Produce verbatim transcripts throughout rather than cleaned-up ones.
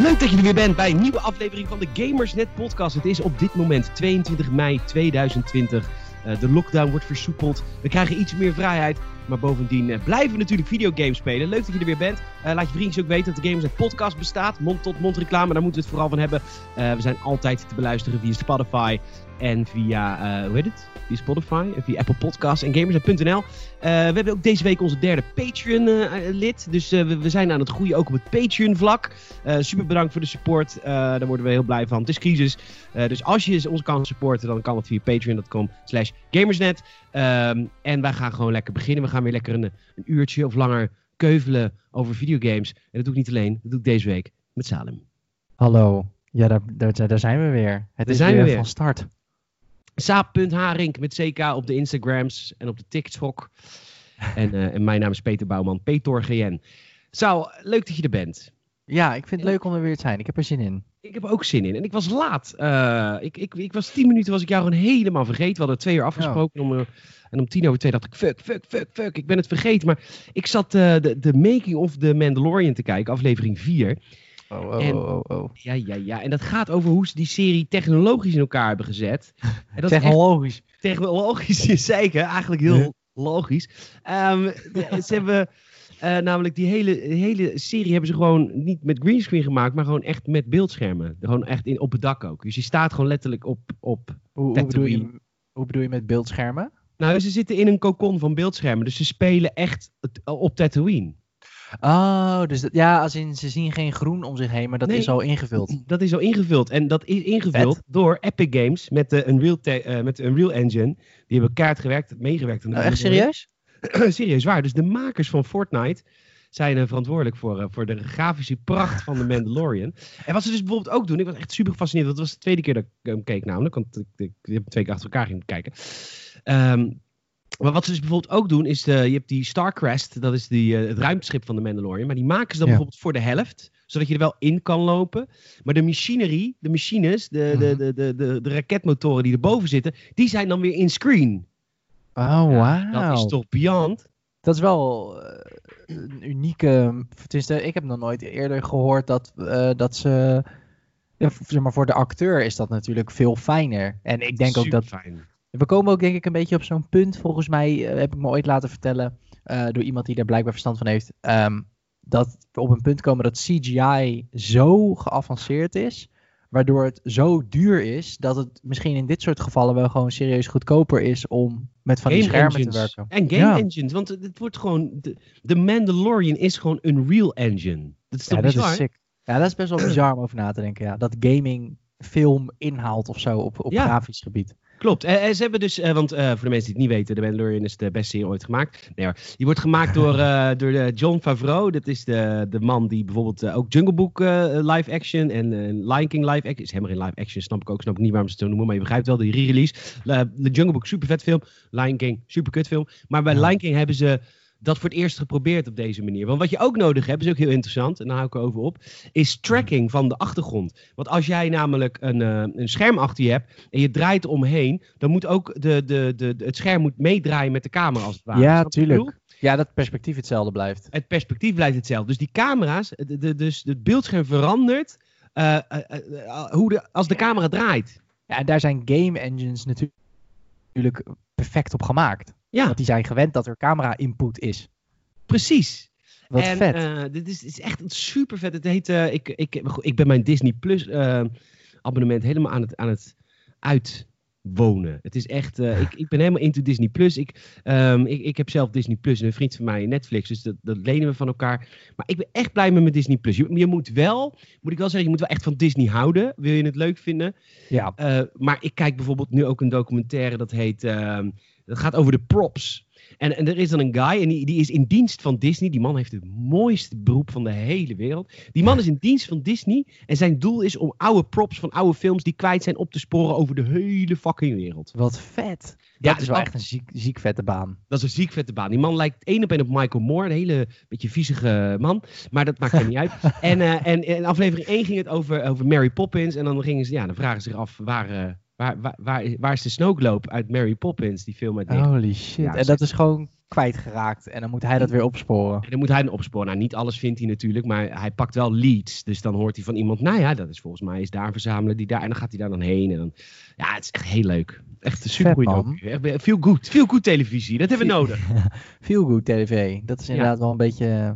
Leuk dat je er weer bent bij een nieuwe aflevering van de Gamersnet podcast. Het is op dit moment tweeëntwintig mei tweeduizend twintig. Uh, de lockdown wordt versoepeld. We krijgen iets meer vrijheid. Maar bovendien uh, blijven we natuurlijk videogames spelen. Leuk dat je er weer bent. Uh, laat je vriendjes ook weten dat de Gamersnet podcast bestaat. Mond-tot-mond reclame, daar moeten we het vooral van hebben. Uh, we zijn altijd te beluisteren via Spotify en via, uh, hoe heet het? Via Spotify en via Apple Podcasts en gamersnet punt n l. Uh, we hebben ook deze week onze derde Patreon-lid. Uh, dus uh, we, we zijn aan het groeien ook op het Patreon-vlak. Uh, super bedankt voor de support. Uh, daar worden we heel blij van. Het is crisis. Uh, dus als je ons kan supporten, dan kan het via patreon dot com slash gamersnet. Um, en wij gaan gewoon lekker beginnen. We gaan weer lekker een, een uurtje of langer keuvelen over videogames. En dat doe ik niet alleen. Dat doe ik deze week met Salem. Hallo. Ja, daar, daar, daar zijn we weer. Het daar is zijn weer, we weer van start. saap punt haring met C K op de Instagrams en op de TikTok. En, uh, en mijn naam is Peter Bouwman, Peter G N. Sal, leuk dat je er bent. Ja, ik vind het leuk om er weer te zijn. Ik heb er zin in. Ik heb er ook zin in. En ik was laat. Uh, ik, ik, ik was tien minuten, was ik jou gewoon helemaal vergeten. We hadden twee uur afgesproken. Ja. Om, uh, en om tien over twee dacht ik, fuck, fuck, fuck, fuck. Ik ben het vergeten. Maar ik zat uh, de, de making of The Mandalorian te kijken, aflevering vier. Oh, oh, en, oh, oh, oh. Ja, ja, ja. En dat gaat over hoe ze die serie technologisch in elkaar hebben gezet. En dat technologisch. Is echt, technologisch is zeker. Eigenlijk heel nee. logisch. Um, de, ze hebben uh, namelijk die hele, hele serie hebben ze gewoon niet met greenscreen gemaakt, maar gewoon echt met beeldschermen. Gewoon echt in, op het dak ook. Dus je staat gewoon letterlijk op, op hoe, hoe, bedoel je, hoe bedoel je met beeldschermen? Nou, ze zitten in een cocon van beeldschermen. Dus ze spelen echt op Tatooine. Oh, dus dat, ja, als in ze zien geen groen om zich heen, maar dat nee, is al ingevuld. Dat is al ingevuld. En dat is ingevuld Vet. door Epic Games met de Unreal, te- uh, met de Unreal Engine. Die hebben kaart gewerkt, meegewerkt. Oh, echt serieus? Serieus waar. Dus de makers van Fortnite zijn uh, verantwoordelijk voor, uh, voor de grafische pracht van de Mandalorian. En wat ze dus bijvoorbeeld ook doen, ik was echt super gefascineerd. Dat was de tweede keer dat ik hem keek namelijk, want ik, ik, ik heb twee keer achter elkaar ging kijken. Um, Maar wat ze dus bijvoorbeeld ook doen, is de, je hebt die Starcrest, dat is die, uh, het ruimteschip van de Mandalorian. Maar die maken ze dan ja. bijvoorbeeld voor de helft, zodat je er wel in kan lopen. Maar de machinerie, de machines, de, mm-hmm. de, de, de, de, de raketmotoren die erboven zitten, die zijn dan weer in screen. Oh, wauw. Ja, dat is toch beyond? Dat is wel uh, een unieke... Tenminste, ik heb nog nooit eerder gehoord dat, uh, dat ze... Ja, zeg maar, voor de acteur is dat natuurlijk veel fijner. En ik denk Super ook dat... fijn. We komen ook denk ik een beetje op zo'n punt, volgens mij uh, heb ik me ooit laten vertellen, uh, door iemand die daar blijkbaar verstand van heeft, um, dat we op een punt komen dat C G I zo geavanceerd is, waardoor het zo duur is, dat het misschien in dit soort gevallen wel gewoon serieus goedkoper is om met van game die schermen engines. te werken. En game ja. engines, want het wordt gewoon, de, de Mandalorian is gewoon een Unreal Engine. Dat is toch ja, bizar? Dat is sick. Ja, dat is best wel bizar om over na te denken, ja. Dat gaming film inhaalt of zo op, op ja. grafisch gebied. Klopt. Uh, ze hebben dus, uh, want uh, voor de mensen die het niet weten, The Mandalorian is de beste serie ooit gemaakt. Nee hoor. Die wordt gemaakt door, uh, door uh, Jon Favreau. Dat is de, de man die bijvoorbeeld uh, ook Jungle Book uh, live action en uh, Lion King live action. Is helemaal geen live action, snap ik ook. Snap ik niet waarom ze het zo noemen, maar je begrijpt wel, die re-release. Uh, de Jungle Book, super vet film. Lion King, super kut film. Maar bij ja. Lion King hebben ze dat voor het eerst geprobeerd op deze manier. Want wat je ook nodig hebt, is ook heel interessant, en daar hou ik erover op, is tracking van de achtergrond. Want als jij namelijk een, uh, een scherm achter je hebt en je draait omheen, dan moet ook de, de, de, de, het scherm moet meedraaien met de camera als het ware. Ja, tuurlijk. Ja, dat het perspectief hetzelfde blijft. Het perspectief blijft hetzelfde. Dus die camera's, de, de, dus het beeldscherm verandert uh, uh, uh, hoe de, als de camera draait. Ja, en daar zijn game engines natuurlijk perfect op gemaakt. Ja. Want die zijn gewend dat er camera input is. Precies. Wat en, vet. Uh, dit is, is echt super vet. Het heet, uh, ik, ik, ik ben mijn Disney Plus uh, abonnement helemaal aan het, aan het uitwonen. Het is echt, uh, ik, ik ben helemaal into Disney Plus. Ik, um, ik, ik heb zelf Disney Plus en een vriend van mij Netflix, dus dat, dat lenen we van elkaar. Maar ik ben echt blij met mijn Disney Plus. Je, je moet wel, moet ik wel zeggen, je moet wel echt van Disney houden. Wil je het leuk vinden? Ja. Uh, maar ik kijk bijvoorbeeld nu ook een documentaire dat heet... Uh, Dat gaat over de props. En, en er is dan een guy en die, die is in dienst van Disney. Die man heeft het mooiste beroep van de hele wereld. Die man is in dienst van Disney. En zijn doel is om oude props van oude films die kwijt zijn op te sporen over de hele fucking wereld. Wat vet. Ja, dat is wel echt een ziek, ziek vette baan. Dat is een ziek vette baan. Die man lijkt één op één op Michael Moore. Een hele beetje viezige man. Maar dat maakt er niet uit. En, uh, en in aflevering één ging het over, over Mary Poppins. En dan, gingen ze, ja, dan vragen ze zich af waar... Uh, Waar, waar, waar, waar is de Snokeloop uit Mary Poppins, die film uit Holy shit. Ja, en dat is gewoon kwijtgeraakt. En dan moet hij dat weer opsporen. En dan moet hij dan opsporen. Nou, niet alles vindt hij natuurlijk, maar hij pakt wel leads. Dus dan hoort hij van iemand, nou ja, dat is volgens mij is daar een verzamelen die daar. En dan gaat hij daar dan heen. En dan, ja, het is echt heel leuk. Echt een super goede Feel good. Feel good televisie. Dat hebben we nodig. Feel good tv. Dat is inderdaad ja. wel een beetje...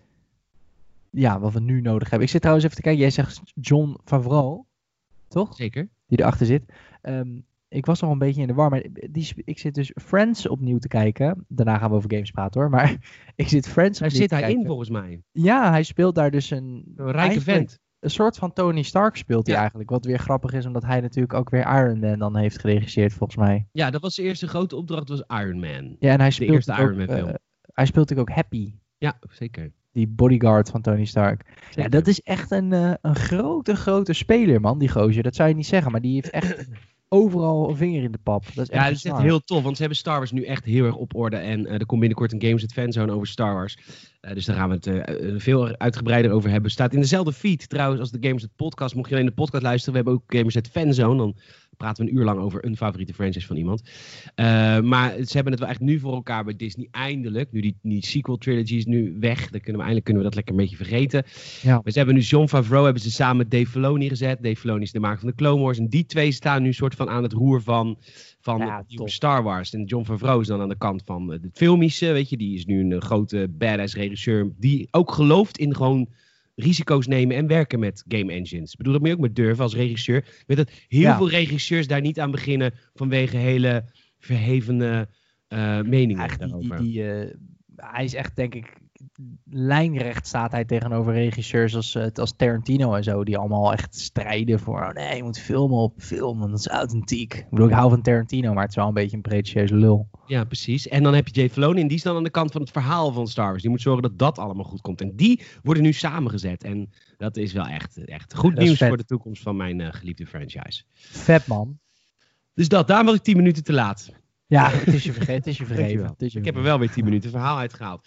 Ja, wat we nu nodig hebben. Ik zit trouwens even te kijken. Jij zegt Jon Favreau, toch? Zeker. Die erachter zit. Um, ik was nog een beetje in de war. Maar die, ik zit dus Friends opnieuw te kijken. Daarna gaan we over games praten hoor. Maar ik zit Friends Daar opnieuw zit te hij kijken. in volgens mij. Ja, hij speelt daar dus een... Een rijke vent. Een soort van Tony Stark speelt hij ja. eigenlijk. Wat weer grappig is, omdat hij natuurlijk ook weer Iron Man dan heeft geregisseerd volgens mij. Ja, dat was de eerste grote opdracht, was Iron Man. Ja, en hij de speelt eerste ook, Iron Man film. Uh, hij speelt natuurlijk ook Happy. Ja, zeker. Die bodyguard van Tony Stark. Zeker. Ja, dat is echt een, uh, een grote, grote speler, man, die gozer. Dat zou je niet zeggen, maar die heeft echt overal een vinger in de pap. Dat is echt ja, dat is echt heel tof, want ze hebben Star Wars nu echt heel erg op orde. En uh, er komt binnenkort een Games at Fanzone over Star Wars. Uh, dus daar gaan we het uh, veel uitgebreider over hebben. Staat in dezelfde feed trouwens als de Games at Podcast. Mocht je alleen de podcast luisteren, we hebben ook Games at Fanzone. Dan praten we een uur lang over een favoriete franchise van iemand. Uh, maar ze hebben het wel echt nu voor elkaar bij Disney. Eindelijk. Nu die, die sequel trilogy is nu weg. Dan kunnen we eindelijk kunnen we dat lekker een beetje vergeten. Ja. Maar ze hebben nu Jon Favreau hebben ze samen met Dave Filoni gezet. Dave Filoni is de maker van de Clone Wars. En die twee staan nu soort van aan het roer van, van ja, Star Wars. En Jon Favreau is dan aan de kant van het filmische. Weet je, die is nu een grote badass regisseur. Die ook gelooft in gewoon risico's nemen en werken met game engines. Ik bedoel, dat moet je ook maar durven als regisseur. Ik weet dat heel ja. veel regisseurs daar niet aan beginnen vanwege hele verhevene uh, meningen Echt, daarover. Die, die, uh, hij is echt, denk ik, lijnrecht staat hij tegenover regisseurs als, uh, als Tarantino en zo, die allemaal echt strijden voor, oh nee, je moet filmen op film, dat is authentiek. Ik bedoel, ik hou van Tarantino, maar het is wel een beetje een pretentieuze lul. Ja, precies. En dan heb je Dave Filoni en die is dan aan de kant van het verhaal van Star Wars. Die moet zorgen dat dat allemaal goed komt. En die worden nu samengezet. En dat is wel echt, echt goed ja, nieuws voor de toekomst van mijn uh, geliefde franchise. Vet, man. Dus dat, daar was ik tien minuten te laat. Ja, het is je vergeten. Het is je vergeven. Het is je ik heb er wel weer tien minuten verhaal uitgehaald.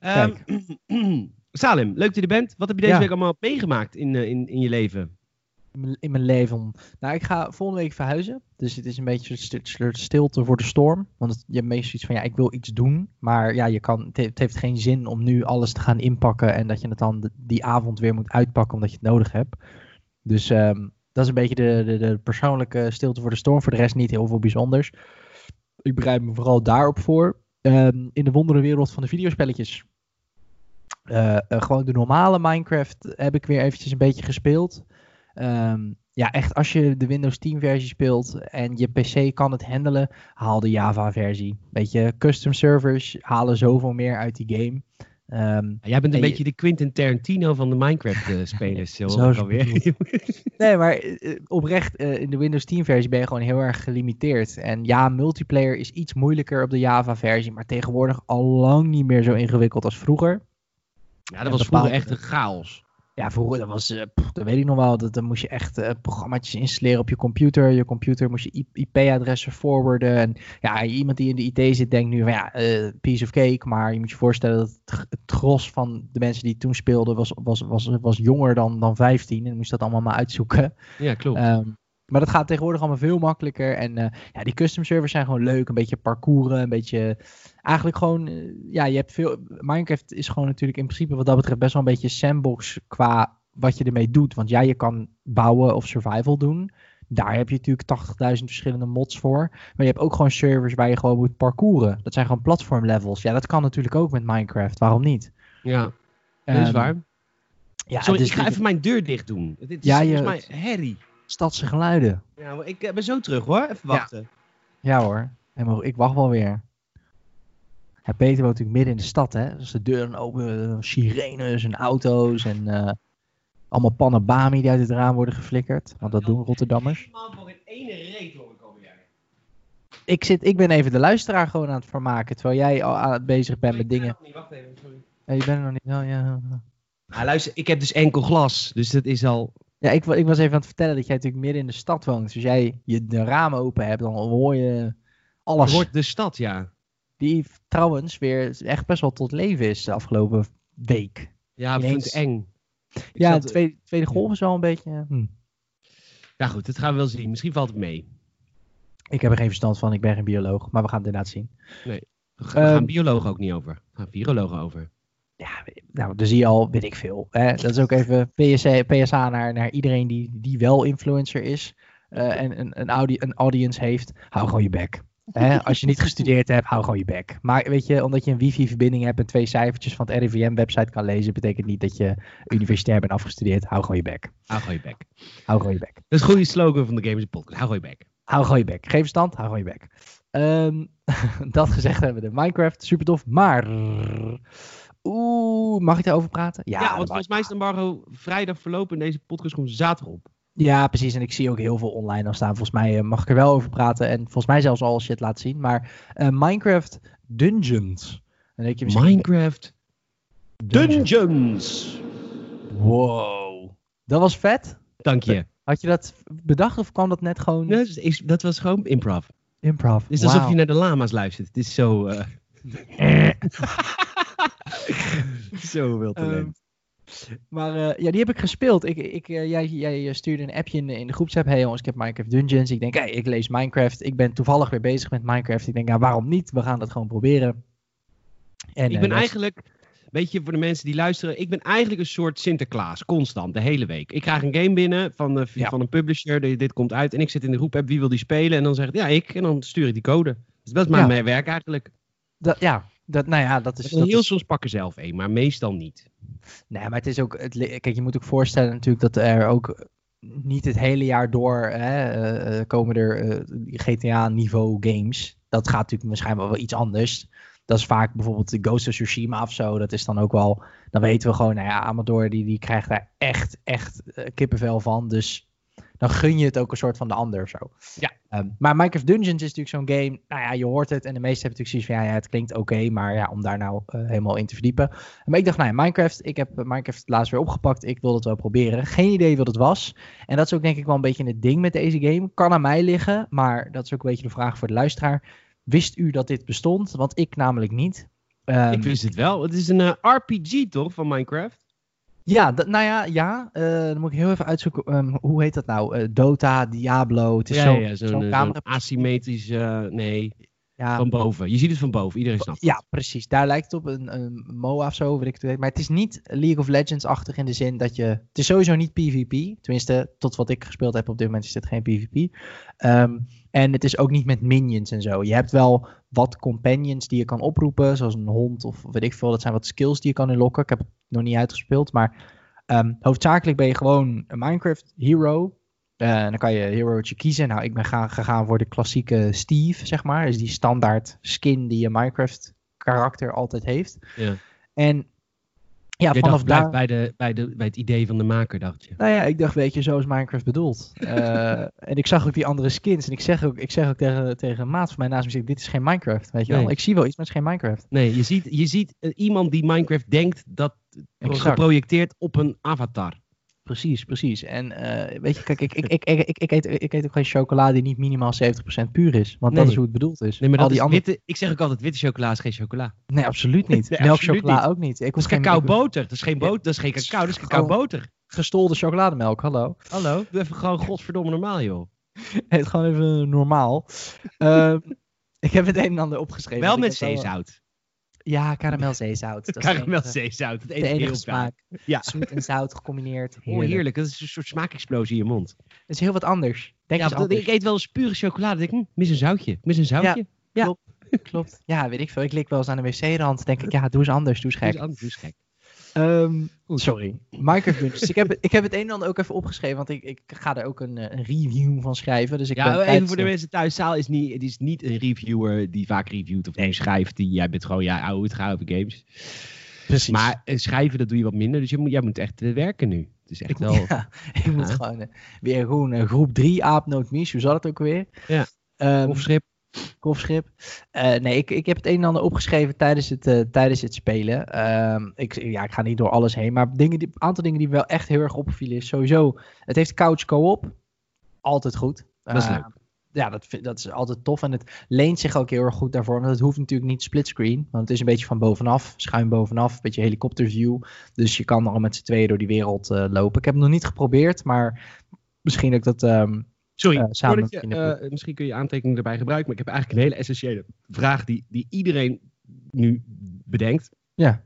Um, Salim, leuk dat je er bent. Wat heb je deze ja. week allemaal meegemaakt in, uh, in, in je leven? In mijn leven. Nou, ik ga volgende week verhuizen. Dus het is een beetje st- stilte voor de storm. Want het, je hebt meestal iets van, ja, ik wil iets doen. Maar ja, je kan, het, het heeft geen zin om nu alles te gaan inpakken. En dat je het dan de, die avond weer moet uitpakken omdat je het nodig hebt. Dus um, dat is een beetje de, de, de persoonlijke stilte voor de storm. Voor de rest niet heel veel bijzonders. Ik bereid me vooral daarop voor. Um, in de wondere wereld van de videospelletjes. Uh, uh, gewoon de normale Minecraft heb ik weer eventjes een beetje gespeeld. Um, ja, echt als je de Windows tien versie speelt en je P C kan het handelen, haal de Java versie. Weet je, custom servers halen zoveel meer uit die game. Um, Jij bent een beetje je... de Quentin Tarantino van de Minecraft-spelers. Uh, zo alweer. Nee, maar uh, oprecht, uh, in de Windows tien versie ben je gewoon heel erg gelimiteerd. En ja, multiplayer is iets moeilijker op de Java versie, maar tegenwoordig al lang niet meer zo ingewikkeld als vroeger. Ja, dat was vroeger echt een chaos. Ja, vroeger, dat was, uh, pff, dat weet ik nog wel, dat, dan moest je echt uh, programma's installeren op je computer. Je computer moest je I P-adressen forwarden. En ja, iemand die in de I T zit denkt nu van ja, uh, piece of cake. Maar je moet je voorstellen dat het, het gros van de mensen die toen speelden was, was, was, was jonger dan, dan vijftien. En dan moest je dat allemaal maar uitzoeken. Ja, klopt. Um, maar dat gaat tegenwoordig allemaal veel makkelijker. En uh, ja, die custom servers zijn gewoon leuk. Een beetje parcouren, een beetje... Eigenlijk gewoon... Uh, ja, je hebt veel... Minecraft is gewoon natuurlijk in principe wat dat betreft best wel een beetje sandbox qua wat je ermee doet. Want ja, je kan bouwen of survival doen. Daar heb je natuurlijk tachtigduizend verschillende mods voor. Maar je hebt ook gewoon servers waar je gewoon moet parcouren. Dat zijn gewoon platform levels. Ja, dat kan natuurlijk ook met Minecraft. Waarom niet? Ja, dat is um, waar. Ja, Sorry, dus ik ga even mijn deur dicht doen. Dit is ja, volgens mij herrie. Stadse geluiden. Ja, maar ik ben zo terug hoor. Even wachten. Ja, ja hoor. Ik wacht wel weer. Ja, Peter woont natuurlijk midden in de stad, hè. Dus de deuren open, sirenes en auto's en uh, allemaal pannenbami die uit het raam worden geflikkerd. Want dat doen Rotterdammers. Helemaal voor geen ene reet hoor ik alweer. Ik, zit, ik ben even de luisteraar gewoon aan het vermaken, terwijl jij al aan het bezig bent met dingen. Niet. Wacht even, sorry. Ja, je bent er nog niet. Oh, ja. Ah, luister, ik heb dus enkel glas, dus dat is al... Ja, ik, ik was even aan het vertellen dat jij natuurlijk midden in de stad woont. Dus als jij je de ramen open hebt, dan hoor je alles. Je hoort de stad, ja. Die trouwens weer echt best wel tot leven is de afgelopen week. Ja, ik vind het eng. Ik ja, de tweede, tweede golf is wel een beetje... Hm. Ja goed, dat gaan we wel zien. Misschien valt het mee. Ik heb er geen verstand van, ik ben geen bioloog. Maar we gaan het inderdaad zien. Nee. We gaan Um, biologen ook niet over. We gaan virologen over. Ja, nou, dan zie je al, weet ik veel. Hè? Dat is ook even P S A, P S A naar, naar iedereen die, die wel influencer is. Uh, en een, een, audi- een audience heeft. Hou gewoon je bek. Hè? Als je niet gestudeerd hebt, hou gewoon je bek. Maar weet je, omdat je een wifi-verbinding hebt en twee cijfertjes van het R I V M-website kan lezen, betekent niet dat je universitair bent afgestudeerd. Hou gewoon je bek. Hou gewoon je bek. Hou gewoon je bek. Dat is een goede slogan van de Gamers Podcast. Hou gewoon je bek. Hou gewoon je bek. Geef verstand, hou gewoon je bek. Um, dat gezegd hebben we de Minecraft. Super tof. Maar... Oeh, mag ik daarover praten? Ja, ja want volgens mij is het embargo vrijdag verlopen en deze podcast komt zaterdag op. Ja, precies. En ik zie ook heel veel online al staan. Volgens mij uh, mag ik er wel over praten. En volgens mij zelfs al shit laten zien. Maar uh, Minecraft Dungeons. Dan denk je misschien... Minecraft Dungeons. Dungeons. Wow. Dat was vet. Dank je. Had je dat bedacht of kwam dat net gewoon... Nee, dat, is, dat was gewoon improv. Improv. Het is wow. alsof je naar de lama's luistert. Het is zo... Uh... Zo wild talent. Um, maar uh, ja, die heb ik gespeeld. Ik, ik, uh, jij, jij stuurde een appje in, in de groepsapp. Hey jongens, ik heb Minecraft Dungeons. Ik denk, hey, ik lees Minecraft. Ik ben toevallig weer bezig met Minecraft. Ik denk, ja, waarom niet? We gaan dat gewoon proberen. En, ik ben uh, eigenlijk, weet je, voor de mensen die luisteren. Ik ben eigenlijk een soort Sinterklaas. Constant, de hele week. Ik krijg een game binnen van, uh, ja. van een publisher. Dit, dit komt uit. En ik zit in de groep app. Wie wil die spelen? En dan zegt ja, ik. En dan stuur ik die code. Dus dat is mijn ja. werk eigenlijk. Dat, ja. Dat, nou ja, dat is... Dat heel is... soms pakken zelf één, maar meestal niet. Nee, maar het is ook... Het, kijk, je moet ook voorstellen natuurlijk dat er ook niet het hele jaar door hè, uh, komen er uh, G T A-niveau games. Dat gaat natuurlijk waarschijnlijk wel iets anders. Dat is vaak bijvoorbeeld de Ghost of Tsushima of zo. Dat is dan ook wel... Dan weten we gewoon, nou ja, Amador die, die krijgt daar echt, echt uh, kippenvel van. Dus dan gun je het ook een soort van de ander of zo. Ja. Um, maar Minecraft Dungeons is natuurlijk zo'n game, nou ja, je hoort het en de meesten hebben natuurlijk zoiets van, ja, ja het klinkt oké, okay, maar ja, om daar nou uh, helemaal in te verdiepen. Maar ik dacht, nou ja, Minecraft, ik heb Minecraft laatst weer opgepakt, ik wil het wel proberen. Geen idee wat het was. En dat is ook denk ik wel een beetje het ding met deze game. Kan aan mij liggen, maar dat is ook een beetje de vraag voor de luisteraar. Wist u dat dit bestond? Want ik namelijk niet. Um, ik wist het wel. Het is een uh, R P G toch, van Minecraft? Ja, dat, nou ja, ja uh, dan moet ik heel even uitzoeken, um, hoe heet dat nou? Uh, Dota, Diablo, het is ja, zo, ja, zo'n, zo'n, zo'n asymmetrisch, uh, nee, ja, van boven. Je ziet het van boven, iedereen snapt het. Ja, precies. Daar lijkt het op een, een M O A of zo, weet ik het. Maar het is niet League of Legends-achtig in de zin dat je... Het is sowieso niet PvP. Tenminste, tot wat ik gespeeld heb op dit moment is dit geen PvP. Um, en het is ook niet met minions en zo. Je hebt wel wat companions die je kan oproepen, zoals een hond of weet ik veel. Dat zijn wat skills die je kan inlokken. Ik heb het nog niet uitgespeeld, maar um, hoofdzakelijk ben je gewoon een Minecraft hero. Uh, en dan kan je herootje kiezen. Nou, ik ben ga- gegaan voor de klassieke Steve, zeg maar. Dus die standaard skin die je Minecraft karakter altijd heeft. Ja. En ja, je vanaf dacht, daar... Bij, de, bij, de, bij het idee van de maker, dacht je. Nou ja, ik dacht, weet je, zo is Minecraft bedoeld. uh, en ik zag ook die andere skins. En ik zeg ook, ik zeg ook tegen, tegen een maat van mij naast me, zeg, dit is geen Minecraft, weet je nee. wel. Ik zie wel iets, maar het is geen Minecraft. Nee, je ziet, je ziet uh, iemand die Minecraft denkt dat exact. Geprojecteerd op een avatar. Precies, precies. En uh, weet je, kijk, ik, ik, ik, ik, ik, ik, eet, ik eet ook geen chocola die niet minimaal zeventig procent puur is. Want nee. dat is hoe het bedoeld is. Nee, maar Al dat die is andere... witte, ik zeg ook altijd, witte chocola is geen chocola. Nee, absoluut niet. Nee, Melkchocola absoluut ook niet. Ik dat is geen... cacao boter. Dat is geen boter, dat is geen cacao, dat is cacao boter. Gestolde chocolademelk, hallo. Hallo, doe even gewoon godverdomme normaal, joh. Heet gewoon even normaal. uh, ik heb het een en ander opgeschreven. Wel met zeezout. Ja, karamelzeezout. Karamelzeezout, dat eet ik heel smaak. Ja. Zoet en zout gecombineerd. Heerlijk. Oh, heerlijk. Dat is een soort smaakexplosie in je mond. Dat is heel wat anders. Denk ja, eens anders. Ik eet wel eens pure chocolade. Denk ik, hm, mis een zoutje. Mis een zoutje. Ja, klopt. klopt. Ja, weet ik veel. Ik lik wel eens aan de wc-rand. Denk ik, ja, doe eens anders. Doe eens gek. Doe eens anders, doe eens gek. Um, sorry. Minecraft Dungeons. ik, heb, ik heb het een en ander ook even opgeschreven, want ik, ik ga er ook een, een review van schrijven. Dus ik ja, ben even tijdens... voor de mensen thuis. Saal is niet, het is niet een reviewer die vaak reviewt of nee, schrijft. Die, jij bent gewoon, ja, oude, het gaat over games. Precies. Maar uh, schrijven, dat doe je wat minder. Dus je moet, jij moet echt uh, werken nu. Het is echt ik, wel... Ja, ik ja. moet gewoon uh, weer gewoon uh, groep drie, aapnoot Mies. Hoe zat het ook weer? Ja, um, kofschip. Kofschip. Uh, nee, ik, ik heb het een en ander opgeschreven tijdens het, uh, tijdens het spelen. Uh, ik, ja, ik ga niet door alles heen. Maar een aantal dingen die me wel echt heel erg opvielen is sowieso... Het heeft couch co-op. Altijd goed. Dat is uh, leuk. Ja, dat, dat is altijd tof. En het leent zich ook heel erg goed daarvoor. Want het hoeft natuurlijk niet splitscreen. Want het is een beetje van bovenaf. Schuin bovenaf. Een beetje helikopterview. Dus je kan al met z'n tweeën door die wereld uh, lopen. Ik heb het nog niet geprobeerd. Maar misschien ook dat... Um, Sorry, uh, samen je, uh, misschien kun je aantekeningen erbij gebruiken. Maar ik heb eigenlijk een hele essentiële vraag die, die iedereen nu bedenkt. Ja.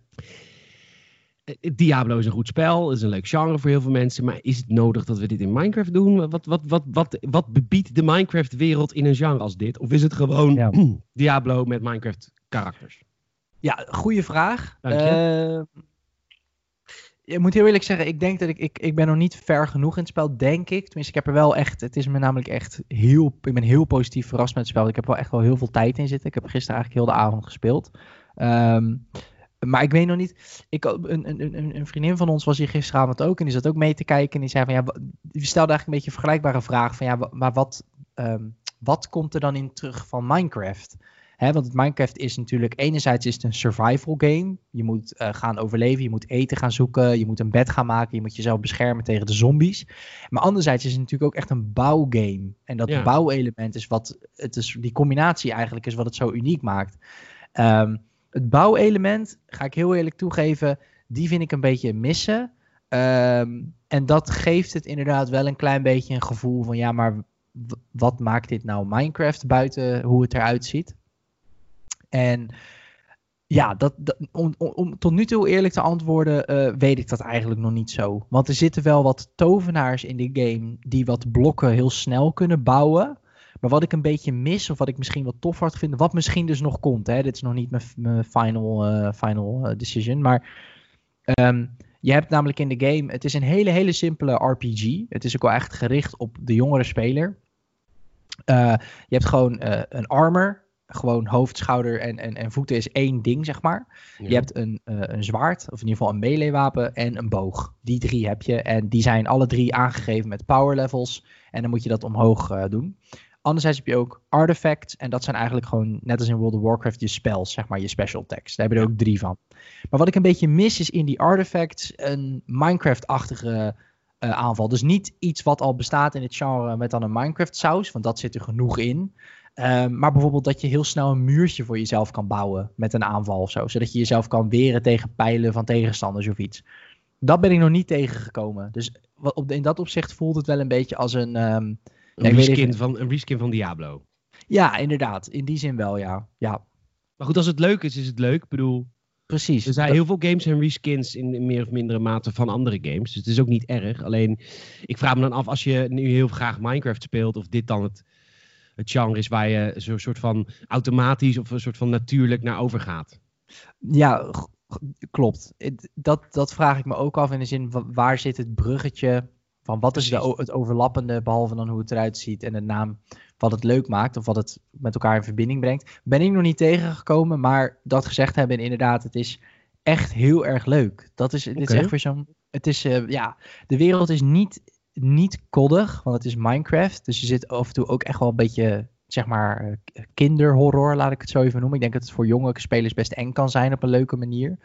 Diablo is een goed spel, is een leuk genre voor heel veel mensen, maar is het nodig dat we dit in Minecraft doen? Wat, wat, wat, wat, wat bebiedt de Minecraft-wereld in een genre als dit? Of is het gewoon ja. Diablo met Minecraft-karakters? Ja, goede vraag. Dank je. Uh, ik moet heel eerlijk zeggen, ik denk dat ik, ik, ik ben nog niet ver genoeg in het spel, denk ik. Tenminste, ik heb er wel echt, het is me namelijk echt heel, ik ben heel positief verrast met het spel. Ik heb wel echt wel heel veel tijd in zitten. Ik heb gisteren eigenlijk heel de avond gespeeld. Um, Maar ik weet nog niet, ik, een, een, een, een vriendin van ons was hier gisteravond ook en die zat ook mee te kijken. En die zei van ja, die stelde eigenlijk een beetje een vergelijkbare vraag van ja, maar wat, um, wat komt er dan in terug van Minecraft? Hè, want Minecraft is natuurlijk, enerzijds is het een survival game. Je moet uh, gaan overleven, je moet eten gaan zoeken, je moet een bed gaan maken, je moet jezelf beschermen tegen de zombies. Maar anderzijds is het natuurlijk ook echt een bouwgame. En dat ja. bouwelement is wat, het is, die combinatie eigenlijk is wat het zo uniek maakt. Um, Het bouwelement, ga ik heel eerlijk toegeven, die vind ik een beetje missen. Um, en dat geeft het inderdaad wel een klein beetje een gevoel van ja, maar w- wat maakt dit nou Minecraft buiten hoe het eruit ziet? En ja, dat, dat, om, om, om tot nu toe eerlijk te antwoorden, uh, weet ik dat eigenlijk nog niet zo. Want er zitten wel wat tovenaars in de game die wat blokken heel snel kunnen bouwen. Maar wat ik een beetje mis, of wat ik misschien wat tof had vinden, wat misschien dus nog komt. Hè? Dit is nog niet mijn, mijn final, uh, final uh, decision. Maar um, je hebt namelijk in de game, het is een hele, hele simpele R P G. Het is ook wel echt gericht op de jongere speler. Uh, je hebt gewoon uh, een armor. Gewoon hoofd, schouder en, en, en voeten is één ding, zeg maar. Ja. Je hebt een, uh, een zwaard, of in ieder geval een melee wapen en een boog. Die drie heb je. En die zijn alle drie aangegeven met power levels. En dan moet je dat omhoog uh, doen. Anderzijds heb je ook artifacts. En dat zijn eigenlijk gewoon, net als in World of Warcraft, je spells, zeg maar, je special attacks. Daar heb je er ook drie van. Maar wat ik een beetje mis is in die artifacts een Minecraft-achtige uh, aanval. Dus niet iets wat al bestaat in het genre met dan een Minecraft-saus. Want dat zit er genoeg in. Uh, maar bijvoorbeeld dat je heel snel een muurtje voor jezelf kan bouwen met een aanval of zo. Zodat je jezelf kan weren tegen pijlen van tegenstanders of iets. Dat ben ik nog niet tegengekomen. Dus op de, in dat opzicht voelt het wel een beetje als een... Um, Een, ja, reskin, even... van, een reskin van Diablo. Ja, inderdaad. In die zin wel, ja. ja. Maar goed, als het leuk is, is het leuk. Ik bedoel, precies. Er zijn dat... heel veel games en reskins in, in meer of mindere mate van andere games. Dus het is ook niet erg. Alleen, ik vraag me dan af, als je nu heel graag Minecraft speelt, of dit dan het, het genre is waar je zo'n soort van automatisch of een soort van natuurlijk naar overgaat. Ja, g- klopt. Dat, dat vraag ik me ook af in de zin, waar zit het bruggetje... Van wat is de, het overlappende, behalve dan hoe het eruit ziet en de naam, wat het leuk maakt of wat het met elkaar in verbinding brengt. Ben ik nog niet tegengekomen, maar dat gezegd hebben, inderdaad, het is echt heel erg leuk. Dat is, okay. Dit is echt weer zo'n, het is, uh, ja, de wereld is niet, niet koddig, want het is Minecraft. Dus je zit af en toe ook echt wel een beetje, zeg maar, kinderhorror, laat ik het zo even noemen. Ik denk dat het voor jonge spelers best eng kan zijn op een leuke manier.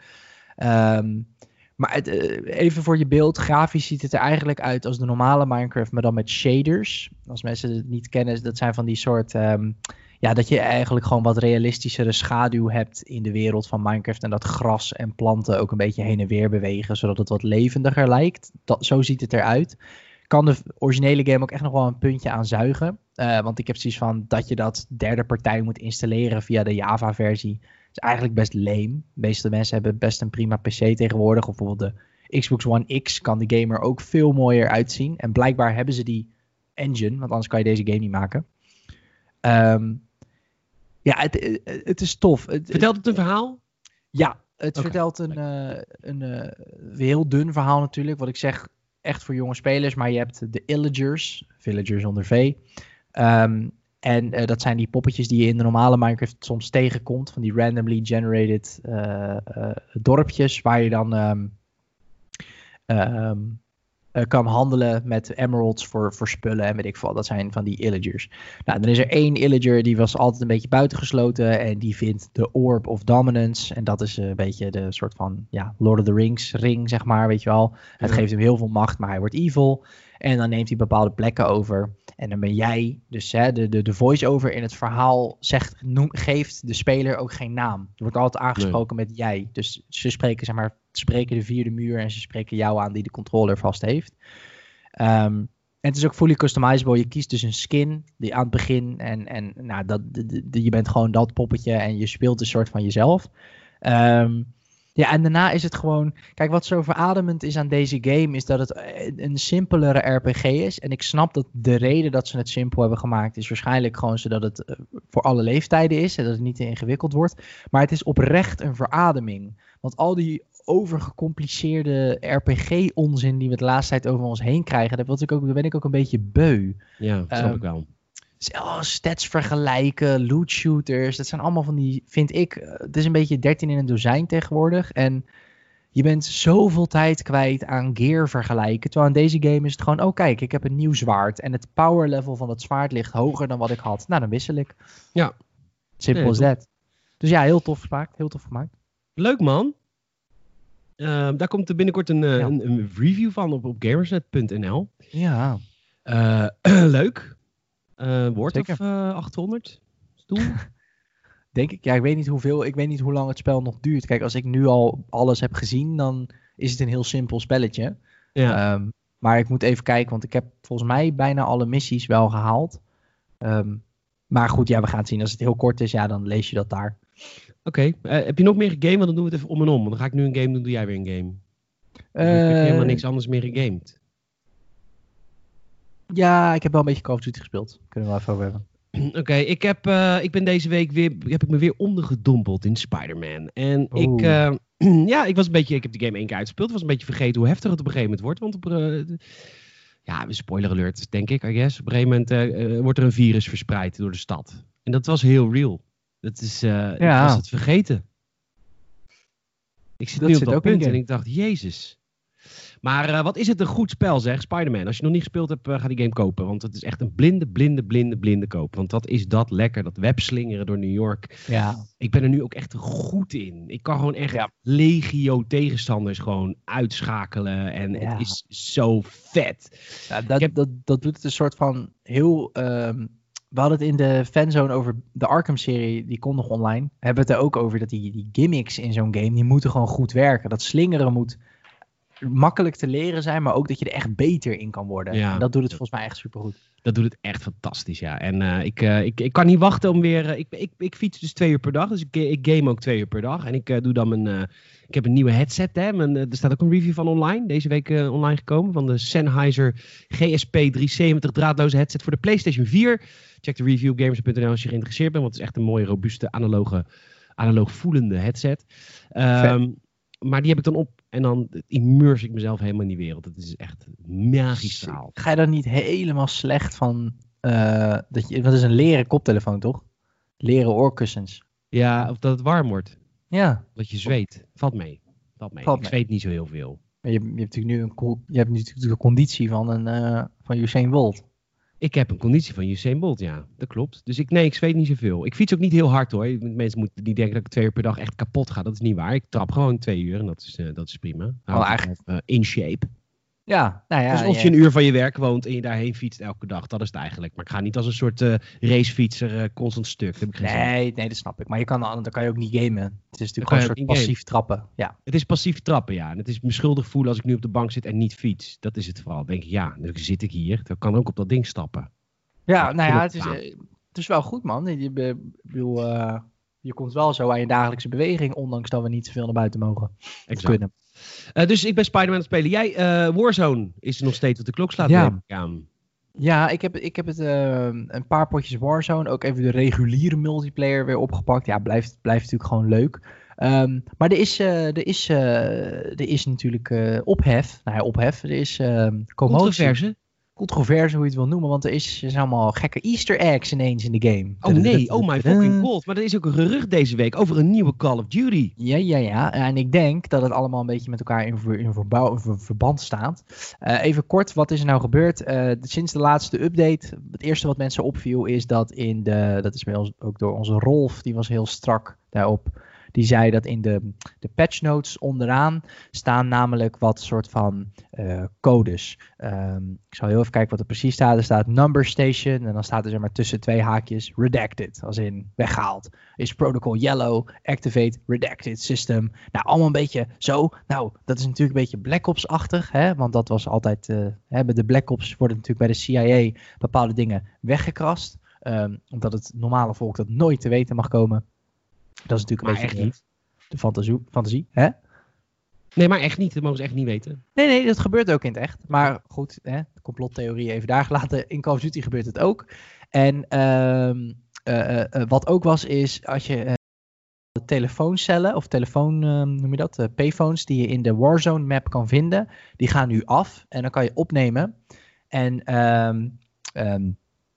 Um, Maar het, uh, even voor je beeld, grafisch ziet het er eigenlijk uit als de normale Minecraft, maar dan met shaders. Als mensen het niet kennen, dat zijn van die soort... Um, ja, dat je eigenlijk gewoon wat realistischere schaduw hebt in de wereld van Minecraft. En dat gras en planten ook een beetje heen en weer bewegen, zodat het wat levendiger lijkt. Dat, zo ziet het eruit. Kan de originele game ook echt nog wel een puntje aan zuigen. Uh, want ik heb zoiets van dat je dat derde partij moet installeren via de Java-versie. Is eigenlijk best lame. De meeste mensen hebben best een prima P C tegenwoordig. Of bijvoorbeeld de Xbox One X kan de game er ook veel mooier uitzien. En blijkbaar hebben ze die engine, want anders kan je deze game niet maken. Um, ja, het, het is tof. Het, vertelt het een verhaal? Ja, het okay. vertelt een, uh, een uh, heel dun verhaal natuurlijk. Wat ik zeg, echt voor jonge spelers. Maar je hebt de Illagers, villagers onder V. Um, En uh, dat zijn die poppetjes die je in de normale Minecraft soms tegenkomt. Van die randomly generated uh, uh, dorpjes waar je dan um, um, uh, kan handelen met emeralds voor, voor spullen en weet ik veel. Dat zijn van die Illagers. Nou, dan is er één Illager die was altijd een beetje buitengesloten en die vindt de Orb of Dominance. En dat is uh, een beetje de soort van ja, Lord of the Rings ring, zeg maar, weet je wel. Het ja. geeft hem heel veel macht, maar hij wordt evil. En dan neemt hij bepaalde plekken over. En dan ben jij, dus hè, de, de, de voice-over in het verhaal zegt, noem, geeft de speler ook geen naam. Er wordt altijd aangesproken nee. met jij. Dus ze spreken, zeg maar, spreken de vierde muur en ze spreken jou aan die de controller vast heeft. Um, En het is ook fully customizable. Je kiest dus een skin die aan het begin. En, en nou, dat, de, de, je bent gewoon dat poppetje. En je speelt een soort van jezelf. Um, ja, en daarna is het gewoon... Kijk, wat zo verademend is aan deze game... is dat het een simpelere R P G is. En ik snap dat de reden dat ze het simpel hebben gemaakt... is waarschijnlijk gewoon zodat het voor alle leeftijden is. En dat het niet te ingewikkeld wordt. Maar het is oprecht een verademing. Want al die overgecompliceerde R P G-onzin... die we de laatste tijd over ons heen krijgen... daar, ik ook, daar ben ik ook een beetje beu. Ja, dat snap um, ik wel. Oh, stats vergelijken, loot shooters, dat zijn allemaal van die, vind ik, het is een beetje dertien in een dozijn tegenwoordig. En je bent zoveel tijd kwijt aan gear vergelijken. Terwijl in deze game is het gewoon, oh kijk, ik heb een nieuw zwaard. En het power level van het zwaard ligt hoger dan wat ik had. Nou, dan wissel ik. Ja. Simple as that. Dus ja, heel tof gemaakt, heel tof gemaakt. Leuk man. Uh, daar komt er binnenkort een, uh, ja. een, een review van op, op gamersnet punt n l. Ja. Uh, leuk. Uh, wordt Zeker. of uh, achthonderd stoel? Denk ik. Ja, ik weet niet hoeveel. Ik weet niet hoe lang het spel nog duurt. Kijk, als ik nu al alles heb gezien, dan is het een heel simpel spelletje. Ja. Um, maar ik moet even kijken, want ik heb volgens mij bijna alle missies wel gehaald. Um, maar goed, ja, we gaan het zien. Als het heel kort is, ja, dan lees je dat daar. Oké. Okay. Uh, heb je nog meer gegamed? Want dan doen we het even om en om. Want dan ga ik nu een game doen, doe jij weer een game. Uh, ik heb helemaal niks anders meer gegamed. Ja, ik heb wel een beetje Call of Duty gespeeld. Kunnen we wel even over hebben. Oké, okay, ik, heb, uh, ik ben deze week weer, heb ik me weer ondergedompeld in Spider-Man. En Oeh. ik, uh, ja, ik was een beetje, ik heb de game één keer uitgespeeld. Ik was een beetje vergeten hoe heftig het op een gegeven moment wordt. Want op, uh, ja, spoiler alert, denk ik, I guess. Op een gegeven moment uh, uh, wordt er een virus verspreid door de stad. En dat was heel real. Dat is, uh, ja. Ik was het vergeten. Ik zit dat nu op zit dat ook punt en ik dacht, jezus. Maar uh, wat is het een goed spel zeg, Spider-Man. Als je nog niet gespeeld hebt, uh, ga die game kopen. Want het is echt een blinde, blinde, blinde, blinde koop. Want dat is dat lekker, dat webslingeren door New York. Ja. Ik ben er nu ook echt goed in. Ik kan gewoon echt ja. legio tegenstanders gewoon uitschakelen. En ja. het is zo vet. Ja, dat, heb... dat, dat doet het een soort van heel... Um, we hadden het in de fanzone over de Arkham-serie, die kon nog online. We hebben het er ook over dat die, die gimmicks in zo'n game, die moeten gewoon goed werken. Dat slingeren moet... makkelijk te leren zijn, maar ook dat je er echt beter in kan worden. Ja. En dat doet het volgens mij echt supergoed. Dat doet het echt fantastisch, ja. En uh, ik, uh, ik, ik kan niet wachten om weer... Uh, ik, ik, ik fiets dus twee uur per dag, dus ik, ik game ook twee uur per dag. En ik uh, doe dan mijn... Uh, ik heb een nieuwe headset, hè. Mijn, uh, er staat ook een review van online, deze week uh, online gekomen, van de Sennheiser G S P driehonderdzeventig draadloze headset voor de PlayStation vier. Check de review op gamers punt n l als je geïnteresseerd bent, want het is echt een mooie, robuuste, analoge, analoog voelende headset. Um, maar die heb ik dan op en dan immerse ik mezelf helemaal in die wereld. Het is echt magistraal. Ga je dan niet helemaal slecht van... Uh, dat je, dat is een leren koptelefoon, toch? Leren oorkussens. Ja, of dat het warm wordt. Ja. Dat je zweet. Valt mee. Valt mee. Valt ik mee. zweet niet zo heel veel. Je, je hebt natuurlijk nu een, je hebt natuurlijk de conditie van, een, uh, van Usain Bolt. Ik heb een conditie van Usain Bolt, ja. Dat klopt. Dus ik, nee, ik zweet niet zoveel. Ik fiets ook niet heel hard hoor. Mensen moeten niet denken dat ik twee uur per dag echt kapot ga. Dat is niet waar. Ik trap gewoon twee uur en dat is, uh, dat is prima. Oh, eigenlijk... uh, in shape. Ja, nou ja. Dus of ja. je een uur van je werk woont en je daarheen fietst elke dag. Dat is het eigenlijk. Maar ik ga niet als een soort uh, racefietser uh, constant stuk. Dat heb ik geen nee, zin. nee, dat snap ik. Maar je kan, dan kan je ook niet gamen. Het is natuurlijk gewoon een soort passief gamen. trappen. Ja. Het is passief trappen, ja. En het is me schuldig voelen als ik nu op de bank zit en niet fiets. Dat is het vooral. Dan denk ik, ja, dan zit ik hier. Dan kan ook op dat ding stappen. Ja, nou ja, het is, het is wel goed, man. Je, je, bedoel, uh, je komt wel zo aan je dagelijkse beweging, ondanks dat we niet zoveel naar buiten mogen. Exact. Kunnen. Uh, dus ik ben Spider-Man aan het spelen. Jij, uh, Warzone is nog steeds wat de klok slaat. Ja, aan. ja ik, heb, ik heb het uh, een paar potjes Warzone, ook even de reguliere multiplayer weer opgepakt. Ja, blijft, blijft natuurlijk gewoon leuk. Um, maar er is, uh, er, is, uh, er is natuurlijk uh, ophef. Nou ja, ophef. Er is uh, controverse. Controverse, hoe je het wil noemen, want er, is, er zijn allemaal gekke Easter eggs ineens in de game. Oh nee, oh my fucking god. Maar er is ook een gerucht deze week over een nieuwe Call of Duty. Ja, ja, ja. En ik denk dat het allemaal een beetje met elkaar in, ver, in, verbouw, in ver, verband staat. Uh, even kort, wat is er nou gebeurd? Uh, sinds de laatste update, het eerste wat mensen opviel is dat in de, dat is bij ons ook door onze Rolf, die was heel strak daarop. Die zei dat in de, de patch notes onderaan staan namelijk wat soort van uh, codes. Um, ik zal heel even kijken wat er precies staat. Er staat number station en dan staat er zeg maar tussen twee haakjes redacted, als in weggehaald. Is protocol yellow, activate, redacted system. Nou, allemaal een beetje zo. Nou, dat is natuurlijk een beetje Black Ops-achtig, hè? Want dat was altijd, uh, hè, bij de Black Ops worden natuurlijk bij de C I A bepaalde dingen weggekrast. Um, omdat het normale volk dat nooit te weten mag komen. Dat is natuurlijk een maar beetje echt niet. de fantasie, fantasie, hè? Nee, maar echt niet. Dat mogen ze echt niet weten. Nee, nee, dat gebeurt ook in het echt. Maar goed, hè, de complottheorie even daar gelaten. In Call of Duty gebeurt het ook. En um, uh, uh, wat ook was, is als je uh, de telefooncellen, of telefoon, um, noem je dat, uh, payphones, die je in de Warzone map kan vinden, die gaan nu af. En dan kan je opnemen. En um, um,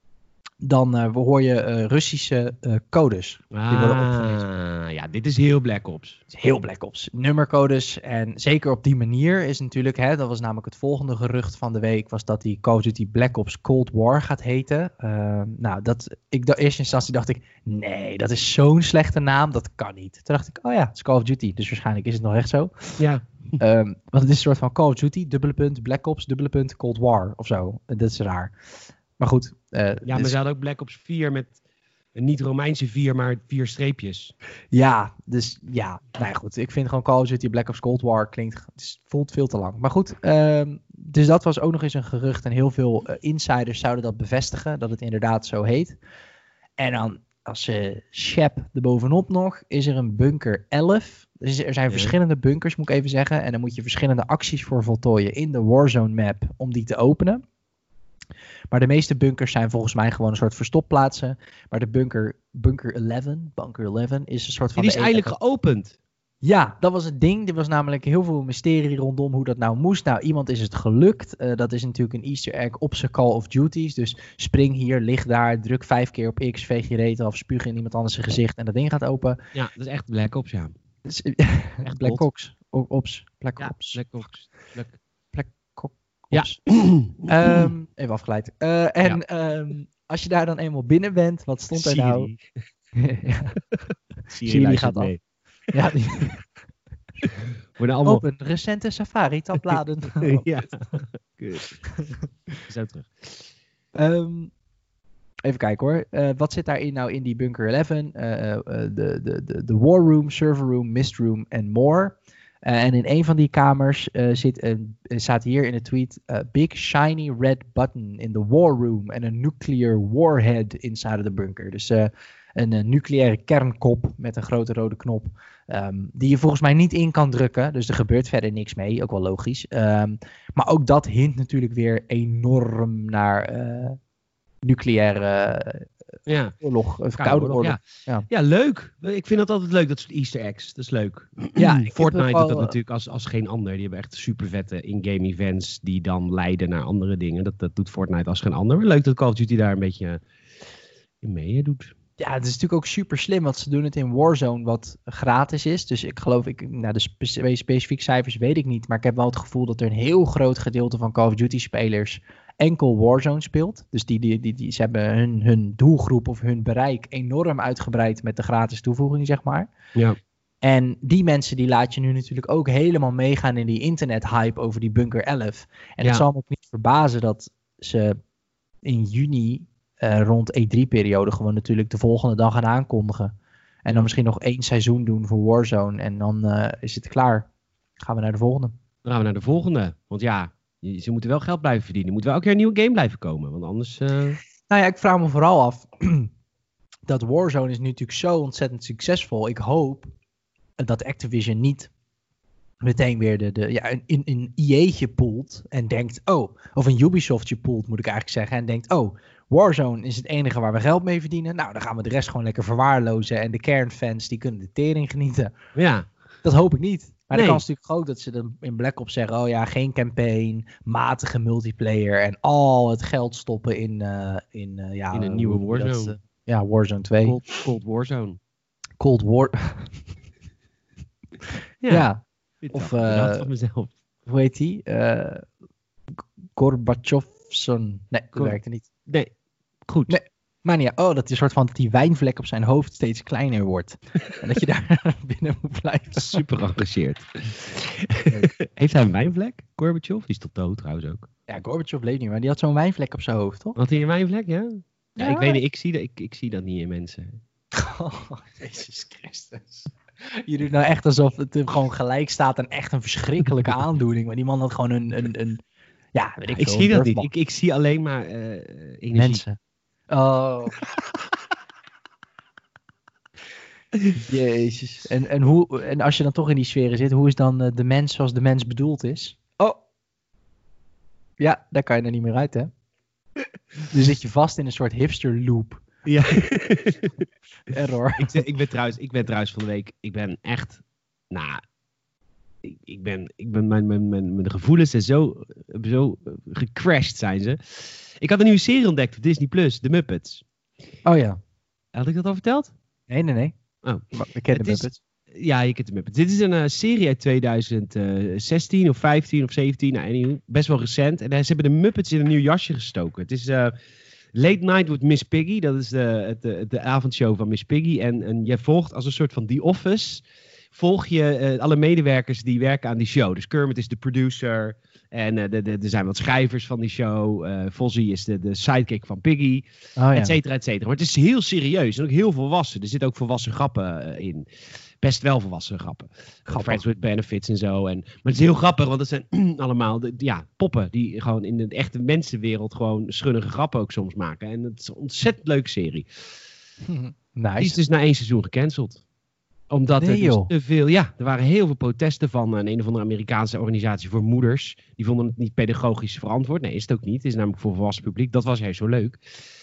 dan uh, hoor je uh, Russische uh, codes. Ah, die worden opgelezen. Ja, dit is heel Black Ops. Het is heel Black Ops. Nummercodes. En zeker op die manier is natuurlijk, hè, dat was namelijk het volgende gerucht van de week, was dat die Call of Duty Black Ops Cold War gaat heten. Uh, nou, dat, ik, in eerste instantie dacht ik, nee, dat is zo'n slechte naam, dat kan niet. Toen dacht ik, oh ja, het is Call of Duty, dus waarschijnlijk is het nog echt zo. Ja. Um, want het is een soort van Call of Duty, dubbele punt, Black Ops, dubbele punt, Cold War of zo. Dat is raar. Maar goed. Uh, ja, maar dus... ze hadden ook Black Ops vier met een niet-Romeinse vier, maar vier streepjes. Ja, dus ja. Nou ja, goed. Ik vind gewoon Call of Duty Black Ops Cold War klinkt, het voelt veel te lang. Maar goed, um, dus dat was ook nog eens een gerucht. En heel veel uh, insiders zouden dat bevestigen, dat het inderdaad zo heet. En dan, als uh, Shep erbovenop nog, is er een bunker elf. Dus er zijn ja. verschillende bunkers, moet ik even zeggen. En dan moet je verschillende acties voor voltooien in de Warzone map om die te openen. Maar de meeste bunkers zijn volgens mij gewoon een soort verstopplaatsen. Maar de bunker, bunker elf, bunker elf is een soort van... Die is eindelijk geopend. Ja, dat was het ding. Er was namelijk heel veel mysterie rondom hoe dat nou moest. Nou, iemand is het gelukt. Uh, dat is natuurlijk een easter egg op zijn Call of Duties. Dus spring hier, lig daar, druk vijf keer op X, veeg je reet af, spuug in iemand anders zijn gezicht en dat ding gaat open. Ja, dat is echt Black Ops, ja. Is, echt Black Ops. Ops. Black ja, Ops. Black Ops. Black... Black Ops. Ja. um, even afgeleid. Uh, en ja. um, als je daar dan eenmaal binnen bent, wat stond er nou? ja. Siri, Siri gaat mee. Af. Ja, die... allemaal... Open recente Safari-tabbladen. ja, goed. Zo terug. Um, even kijken hoor. Uh, wat zit daarin nou in die Bunker elf? Uh, uh, de, de, de, de War Room, Server Room, Mist Room en more. Uh, en in een van die kamers uh, zit een, staat hier in de tweet... Uh, big shiny red button in the war room and a nuclear warhead inside of the bunker. Dus uh, een uh, nucleaire kernkop met een grote rode knop. Um, die je volgens mij niet in kan drukken. Dus er gebeurt verder niks mee. Ook wel logisch. Um, maar ook dat hint natuurlijk weer enorm naar uh, nucleaire... Uh, Ja. Oorlog, of koude, koude oorlog. Ja. Ja. ja, leuk. Ik vind dat altijd leuk, dat soort easter eggs. Dat is leuk. Ja, Fortnite wel, doet dat natuurlijk als, als geen ander. Die hebben echt super vette in-game events die dan leiden naar andere dingen. Dat, dat doet Fortnite als geen ander. Maar leuk dat Call of Duty daar een beetje in mee doet. Ja, het is natuurlijk ook super slim, want ze doen het in Warzone wat gratis is. Dus ik geloof, ik, nou, de spe- specifieke cijfers weet ik niet. Maar ik heb wel het gevoel dat er een heel groot gedeelte van Call of Duty spelers enkel Warzone speelt. Dus die, die, die, die, ze hebben hun, hun doelgroep of hun bereik enorm uitgebreid met de gratis toevoeging, zeg maar. Ja. En die mensen die laat je nu natuurlijk ook helemaal meegaan in die internet-hype over die Bunker elf. En ja. Het zal me ook niet verbazen dat ze in juni uh, rond E drie periode gewoon natuurlijk de volgende dag gaan aankondigen. En dan misschien nog één seizoen doen voor Warzone. En dan uh, is het klaar. Gaan we naar de volgende. Dan gaan we naar de volgende. Want ja, ze moeten wel geld blijven verdienen. Er moet wel elke keer een nieuwe game blijven komen. Want anders... Uh... Nou ja, ik vraag me vooral af. Dat Warzone is nu natuurlijk zo ontzettend succesvol. Ik hoop dat Activision niet meteen weer de, de, ja, een, een I A'tje poelt. En denkt, oh, of een Ubisoftje poelt moet ik eigenlijk zeggen. En denkt, oh, Warzone is het enige waar we geld mee verdienen. Nou, dan gaan we de rest gewoon lekker verwaarlozen. En de kernfans, die kunnen de tering genieten. Ja. Dat hoop ik niet. Maar nee. de kans is natuurlijk groot dat ze dan in Black Ops zeggen... oh ja, geen campaign, matige multiplayer... en al het geld stoppen in... Uh, in, uh, ja, in een nieuwe Warzone. Dat, uh, ja, Warzone twee. Cold, Cold Warzone. Cold War... ja. ja. Of... Uh, van mezelf. Hoe heet die? Uh, Gorbachevson. Nee, dat Gor- werkte niet. Nee, goed. Nee. Maar niet, oh, dat is een soort van die wijnvlek op zijn hoofd steeds kleiner wordt. En dat je daar binnen moet blijven. Super geëngageerd. Heeft hij een wijnvlek, Gorbachev? Die is tot dood trouwens ook. Ja, Gorbachev leeft niet, maar die had zo'n wijnvlek op zijn hoofd, toch? Had hij een wijnvlek, ja? Ja, Ja. ik weet niet, ik zie, dat, ik, ik zie dat niet in mensen. Oh, Jezus Christus. Je doet nou echt alsof het hem gewoon gelijk staat en echt een verschrikkelijke aandoening. Maar die man had gewoon een, een, een ja, weet ik Ik veel, zie een dat niet. durfbal. Ik, ik zie alleen maar uh, energie. Mensen. Oh. Jezus. En, en, hoe, en als je dan toch in die sferen zit, hoe is dan uh, de mens zoals de mens bedoeld is? Oh. Ja, daar kan je er niet meer uit, hè? Dus zit je vast in een soort hipster loop. Ja. Error. ik, ik, ben trouwens, ik ben trouwens van de week, ik ben echt, nou, ik, ik ben, ik ben mijn, mijn, mijn, mijn gevoelens zijn zo, zo gecrashed zijn ze. Ik had een nieuwe serie ontdekt op Disney Plus, The Muppets. Oh ja. Had ik dat al verteld? Nee, nee, nee. Oh. Maar we kennen de Het is- Muppets. Ja, je kent de Muppets. Dit is een uh, serie uit tweeduizend zestien of vijftien of zeventien. Nou, anyhow, best wel recent. En uh, ze hebben de Muppets in een nieuw jasje gestoken. Het is uh, Late Night with Miss Piggy. Dat is de, de, de avondshow van Miss Piggy. En, en je volgt als een soort van The Office. Volg je uh, alle medewerkers die werken aan die show. Dus Kermit is de producer. En uh, de, de, er zijn wat schrijvers van die show. Uh, Fozzie is de, de sidekick van Piggy. Oh ja. Et cetera, et cetera. Maar het is heel serieus en ook heel volwassen. Er zitten ook volwassen grappen uh, in. Best wel volwassen grappen. Grappig. Friends with Benefits en zo. En, maar het is heel grappig, want het zijn allemaal de, ja, poppen die gewoon in de echte mensenwereld gewoon schunnige grappen ook soms maken. En het is een ontzettend leuke serie. Nice. Die is dus na één seizoen gecanceld. Omdat Nee, er dus joh. te veel... Ja, er waren heel veel protesten van een, een of andere Amerikaanse organisatie voor moeders. Die vonden het niet pedagogisch verantwoord. Nee, is het ook niet. Het is namelijk voor volwassen publiek. Dat was juist zo leuk.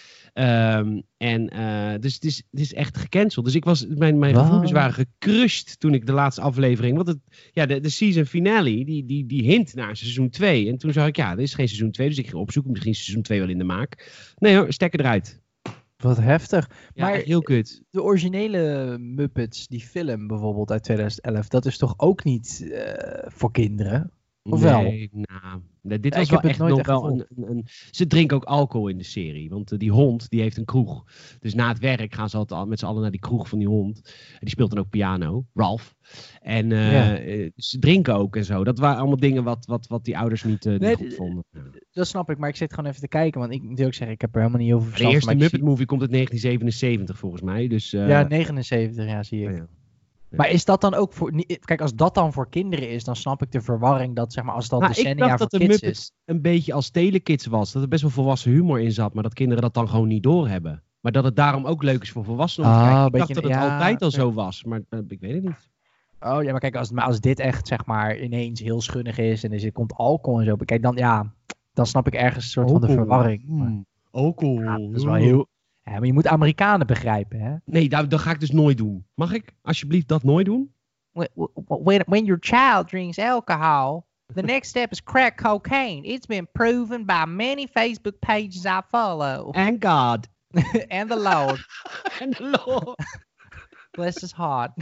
Um, en uh, dus het is, het is echt gecanceld. Dus ik was, mijn, mijn Wat? gevoelens waren gecrushed toen ik de laatste aflevering... Want het, ja, de, de season finale, die, die, die hint naar seizoen twee. En toen zag ik, ja, er is geen seizoen twee. Dus ik ging opzoeken, misschien is seizoen twee wel in de maak. Nee hoor, stekker eruit. Wat heftig. Ja, Maar echt heel kut. de originele Muppets, die film bijvoorbeeld uit tweeduizend elf, dat is toch ook niet uh, voor kinderen? Of wel? Nee, nou, nee, dit Ja, was ik heb wel het echt nooit nog echt wel een, gevolgd. een, een... Ze drinken ook alcohol in de serie. Want uh, die hond, die heeft een kroeg. Dus na het werk gaan ze altijd al met z'n allen naar die kroeg van die hond. En die speelt dan ook piano, Ralph. En uh, Ja. uh, ze drinken ook en zo. Dat waren allemaal dingen wat, wat, wat die ouders niet, uh, niet Nee, goed d- vonden. Dat snap ik, maar ik zit gewoon even te kijken, want ik moet ook zeggen, ik heb er helemaal niet heel veel De verstand eerste van. maar ik Muppet Movie komt uit negentien zevenenzeventig volgens mij. Dus, uh, zie- Ja, negenenzeventig, ja, zie ik. ja, ja. Maar is dat dan ook voor... niet- Kijk, als dat dan voor kinderen is, dan snap ik de verwarring dat, zeg maar, als dat Nou, ik decennia dacht voor dat de kids Muppets is. een beetje als telekids was. Dat er best wel volwassen humor in zat. Maar dat kinderen dat dan gewoon niet doorhebben. Maar dat het daarom ook leuk is voor volwassenen om te Ah, kijken. een Ik dacht beetje- dat het ja, altijd al oké. zo was. Maar uh, ik weet het niet. Oh ja, maar kijk, als, maar als dit echt, zeg maar, ineens heel schunnig is en er zit- komt alcohol en zo. Kijk, dan, ja, dan snap ik ergens een soort van de Alcohol. verwarring. Maar, Mm, alcohol. ja, dat is wel heel... Ja, maar je moet Amerikanen begrijpen, hè? Nee, dat, dat ga ik dus nooit doen. Mag ik alsjeblieft dat nooit doen? When, when, when your child drinks alcohol, the next step is crack cocaine. It's been proven by many Facebook pages I follow. And God. And the Lord. And the Lord. Bless his heart.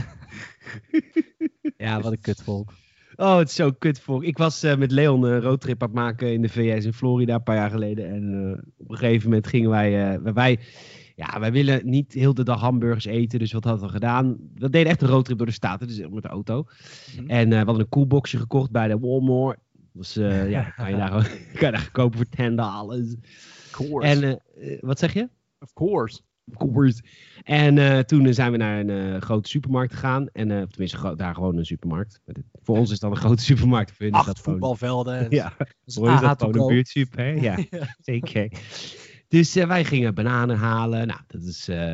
Ja, wat een kutvolk. Oh, het is zo kut voor. Ik was uh, met Leon een roadtrip aan het maken in de V S in Florida een paar jaar geleden. En uh, op een gegeven moment gingen wij... Uh, wij ja, wij willen niet heel de dag hamburgers eten. Dus wat hadden we gedaan? We deden echt een roadtrip door de Staten, dus met de auto. Mhm. En uh, we hadden een koelboxje gekocht bij de Walmart. Dus uh, ja, kan je daar, kan je daar kopen voor tien dollars. Of course. En uh, wat zeg je? Of course. Of course. En uh, toen uh, zijn we naar een uh, grote supermarkt gegaan. En, uh, of tenminste, gro- daar gewoon een supermarkt. Voor ons is het dan een grote supermarkt. Voor hun is Acht dat gewoon- voetbalvelden. Ja, Dat is voor hun is A H dat to gewoon go. een buurtsuper. Hè? Ja, zeker. Dus uh, wij gingen bananen halen. Nou, dat is uh,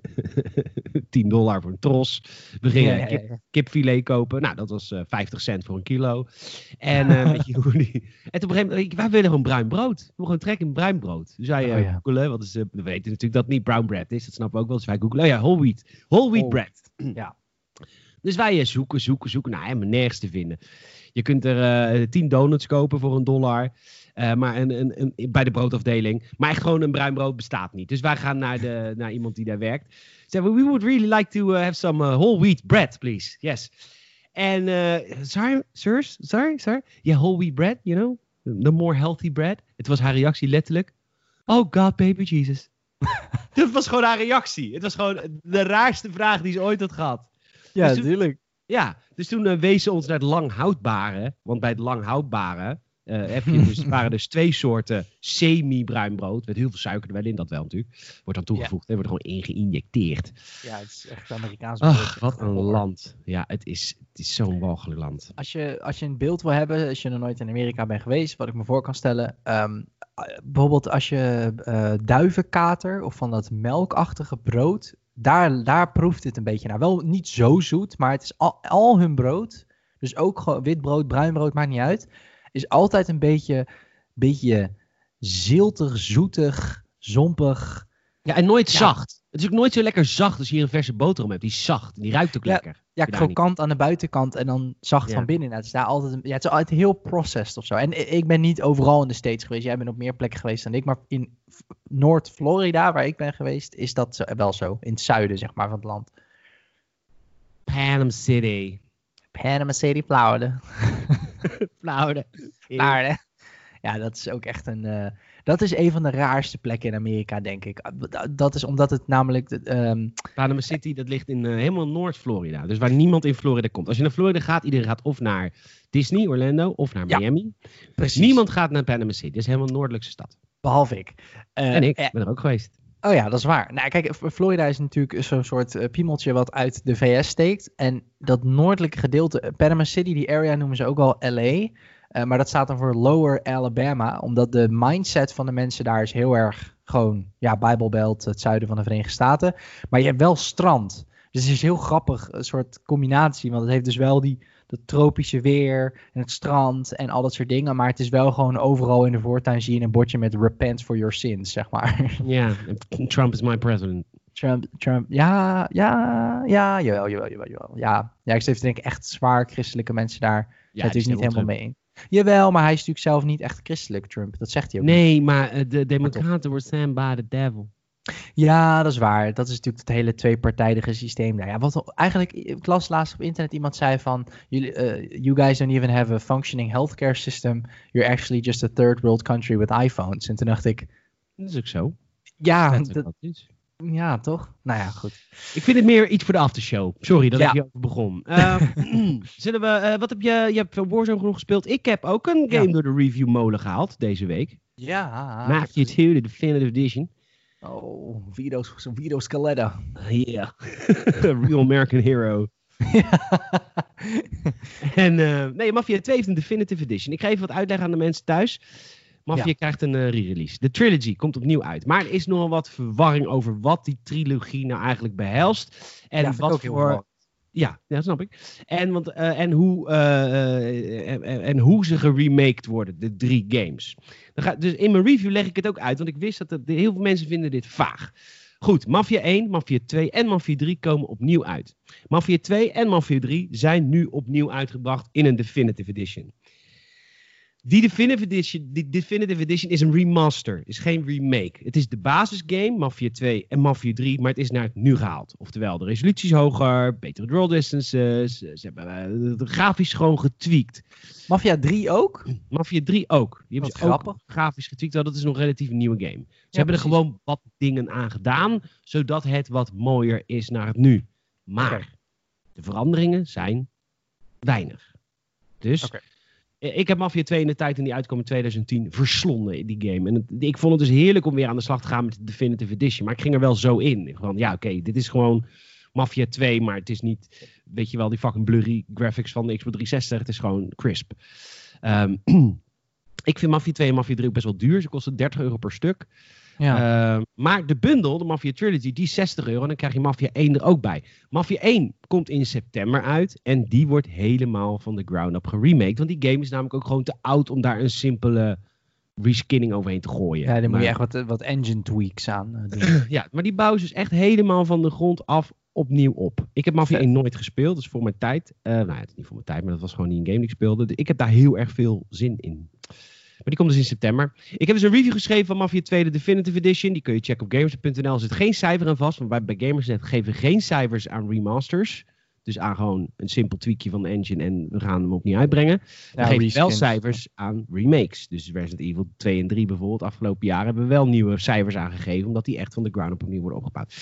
tien dollar voor een tros. We gingen Ja, ja, kip, ja. kipfilet kopen. Nou, dat was uh, vijftig cent voor een kilo. En, uh, weet je hoe die... en op een gegeven moment, wij willen gewoon bruin brood. We willen gewoon trek in bruin brood. Dus wij uh, Oh, ja. googelen, wat is, uh, we weten natuurlijk dat het niet brown bread is. Dat snappen we ook wel. Dus wij googelen, oh ja, whole wheat. Whole wheat Oh. bread. Ja. Dus wij uh, zoeken, zoeken, zoeken. Nou, helemaal nergens te vinden. Je kunt er uh, tien donuts kopen voor een dollar. Uh, maar een, een, een, bij de broodafdeling. Maar echt gewoon een bruin brood bestaat niet. Dus wij gaan naar, de, naar iemand die daar werkt. Zeggen we, we would really like to uh, have some uh, whole wheat bread, please. Yes. En, uh, sorry, sirs, sorry, sorry. Yeah, whole wheat bread, you know. The more healthy bread. Het was haar reactie letterlijk. Oh God, baby Jesus. Dat was gewoon haar reactie. Het was gewoon de raarste vraag die ze ooit had gehad. Ja, dus toen, natuurlijk. Ja, dus toen uh, wees ze ons naar het langhoudbare. Want bij het langhoudbare uh, heb je dus, waren dus twee soorten semi-bruin brood. Met heel veel suiker er wel in, dat wel natuurlijk. Wordt dan toegevoegd en ja. wordt gewoon ingeïnjecteerd. Ja, het is echt Amerikaans. Ach, wat een land. Ja, het is, het is zo'n walgelijk land. Als je, als je een beeld wil hebben, als je nog nooit in Amerika bent geweest, wat ik me voor kan stellen. Um, bijvoorbeeld als je uh, duivenkater of van dat melkachtige brood, daar, daar proeft het een beetje naar. Wel niet zo zoet, maar het is al, al hun brood, dus ook gewoon wit brood, bruin brood, maakt niet uit, is altijd een beetje, beetje ziltig, zoetig, zompig. Ja, en nooit ja. zacht. Het is ook nooit zo lekker zacht als je hier een verse boterham hebt. Die is zacht en die ruikt ook ja, lekker. Ja, krokant aan de buitenkant en dan zacht ja. van binnen. Het is, daar altijd een, ja, het is altijd heel processed of zo. En ik ben niet overal in de States geweest. Jij bent op meer plekken geweest dan ik. Maar in Noord-Florida, waar ik ben geweest, is dat zo, wel zo. In het zuiden, zeg maar, van het land. Panama City. Panama City, Florida. Florida. Florida. Ja, dat is ook echt een... Uh, dat is een van de raarste plekken in Amerika, denk ik. Dat is omdat het namelijk... Um... Panama City, dat ligt in uh, helemaal Noord-Florida. Dus waar niemand in Florida komt. Als je naar Florida gaat, iedereen gaat of naar Disney, Orlando, of naar Miami. Ja, precies. Niemand gaat naar Panama City. Dat is helemaal een noordelijkste stad. Behalve ik. Uh, en ik uh, ben er ook geweest. Oh ja, dat is waar. Nou, kijk, Florida is natuurlijk zo'n soort uh, piemeltje wat uit de V S steekt. En dat noordelijke gedeelte, Panama City, die area noemen ze ook wel L A... Uh, maar dat staat dan voor Lower Alabama, omdat de mindset van de mensen daar is heel erg gewoon, ja, Bible Belt, het zuiden van de Verenigde Staten. Maar je hebt wel strand. Dus het is heel grappig, een soort combinatie, want het heeft dus wel die dat tropische weer en het strand en al dat soort dingen. Maar het is wel gewoon overal in de voortuin zie je een bordje met repent for your sins, zeg maar. Ja, yeah, Trump is my president. Trump, Trump, ja, ja, ja, jawel, jawel, jawel, jawel. Ja, ja, ik zit te denken, echt zwaar christelijke mensen daar ja, het is niet helemaal mee in. Jawel, maar hij is natuurlijk zelf niet echt christelijk, Trump. Dat zegt hij ook Nee, niet. maar uh, de democraten were sent by the devil. Ja, dat is waar. Dat is natuurlijk het hele tweepartijdige systeem daar. Ja, wat eigenlijk, ik las laatst op internet, iemand zei van, jullie, uh, you guys don't even have a functioning healthcare system. You're actually just a third world country with iPhones. En toen dacht ik... Dat is ook zo. Ja, dat dat, ja, toch? Nou ja, goed. Ik vind het meer iets voor de aftershow. Sorry dat ja. ik hierover begon. Uh, zullen we, uh, wat heb je, je hebt Warzone genoeg gespeeld. Ik heb ook een game ja. door de review molen gehaald deze week. Ja. Mafia twee, de Definitive Edition. Oh, Vito, Vito Scaletta. Ja. Yeah. Real American Hero. en uh, nee, Mafia twee heeft een Definitive Edition. Ik ga even wat uitleggen aan de mensen thuis. Mafia ja. krijgt een uh, re-release. De trilogy komt opnieuw uit. Maar er is nogal wat verwarring over wat die trilogie nou eigenlijk behelst. En ja, wat voor... Ja, ja, dat snap ik. En, want, uh, en, hoe, uh, uh, en, en hoe ze geremaked worden, de drie games. Dan ga, dus in mijn review leg ik het ook uit, want ik wist dat er, heel veel mensen vinden dit vaag. Goed, Mafia één, Mafia twee en Mafia drie komen opnieuw uit. Mafia twee en Mafia drie zijn nu opnieuw uitgebracht in een Definitive Edition. Die Definitive Edition, die Definitive Edition is een remaster, is geen remake. Het is de basisgame, Mafia twee en Mafia drie, maar het is naar het nu gehaald. Oftewel, de resolutie is hoger, betere draw distances, ze hebben uh, grafisch gewoon getweakt. Mafia drie ook? Mafia drie ook. Die hebben wat ze grappig. ook grafisch getweakt, want dat is nog een relatief nieuwe game. Ze ja, hebben precies. er gewoon wat dingen aan gedaan, zodat het wat mooier is naar het nu. Maar okay. de veranderingen zijn weinig. Dus... Okay. Ik heb Mafia twee in de tijd en die uitkwam in twintig tien verslonden in die game. En het, ik vond het dus heerlijk om weer aan de slag te gaan met de Definitive Edition. Maar ik ging er wel zo in. Van, ja, oké, okay, dit is gewoon Mafia twee, maar het is niet, weet je wel, die fucking blurry graphics van de Xbox driehonderdzestig. Het is gewoon crisp. Um, ik vind Mafia twee en Mafia drie ook best wel duur. Ze kosten dertig euro per stuk. Ja. Uh, maar de bundle, de Mafia Trilogy, die is zestig euro. En dan krijg je Mafia één er ook bij. Mafia één komt in september uit. En die wordt helemaal van de ground up geremaked. Want die game is namelijk ook gewoon te oud om daar een simpele reskinning overheen te gooien. Ja, daar moet maar, je echt wat, wat engine tweaks aan uh, doen. Ja, maar die bouwen ze dus echt helemaal van de grond af opnieuw op. Ik heb Mafia één nooit gespeeld. Dat is voor mijn tijd. Uh, nou ja, het is niet voor mijn tijd, maar dat was gewoon niet een game die ik speelde. Dus ik heb daar heel erg veel zin in. Maar die komt dus in september. Ik heb dus een review geschreven van Mafia twee, de Definitive Edition. Die kun je checken op gamers punt n l. Er zit geen cijfer aan vast. Want wij bij Gamersnet geven geen cijfers aan remasters. Dus dus aan gewoon een simpel tweakje van de engine en we gaan hem opnieuw uitbrengen. Dan Ja, geeft hij wel reskins. cijfers aan remakes. Dus Resident Evil twee en drie bijvoorbeeld, afgelopen jaar hebben we wel nieuwe cijfers aangegeven, omdat die echt van de ground up opnieuw worden opgebouwd.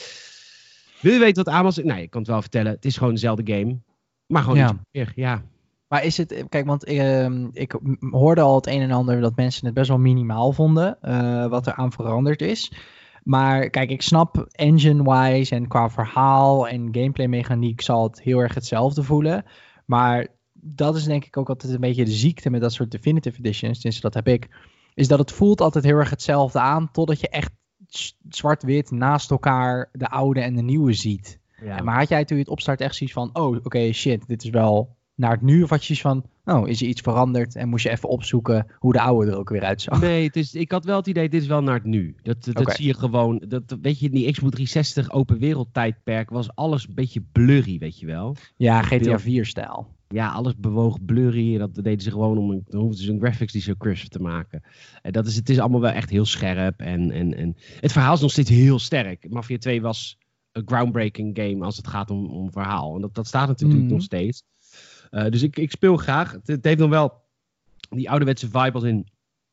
Wil je weten wat Amos... Nee, ik kan het wel vertellen. Het is gewoon dezelfde game. Maar gewoon Ja. iets meer, ja. Maar is het, kijk, want uh, ik m- hoorde al het een en ander dat mensen het best wel minimaal vonden, uh, wat er aan veranderd is. Maar kijk, ik snap engine-wise en qua verhaal en gameplay-mechaniek zal het heel erg hetzelfde voelen. Maar dat is denk ik ook altijd een beetje de ziekte met dat soort Definitive Editions, tenminste dat heb ik, is dat het voelt altijd heel erg hetzelfde aan, totdat je echt s- zwart-wit naast elkaar de oude en de nieuwe ziet. ja. Maar had jij toen je het opstart echt zoiets van, oh, oké, okay, shit, dit is wel naar het nu? Of had je zoiets van, oh, is er iets veranderd en moest je even opzoeken hoe de oude er ook weer uitzag? Nee, het is, ik had wel het idee, dit is wel naar het nu. Dat, dat Oké. zie je gewoon. Dat, weet je, in die Xbox driehonderdzestig open wereld tijdperk was alles een beetje blurry, weet je wel. Ja, G T A vier-stijl. Ja, alles bewoog blurry. En dat deden ze gewoon om een, dan hoefden ze een graphics die zo crisp te maken. En dat is, het is allemaal wel echt heel scherp. En, en, en het verhaal is nog steeds heel sterk. Mafia twee was een groundbreaking game als het gaat om, om verhaal. En dat, dat staat natuurlijk Mhm. nog steeds. Uh, dus ik, ik speel graag. Het, het heeft nog wel die ouderwetse vibe als in...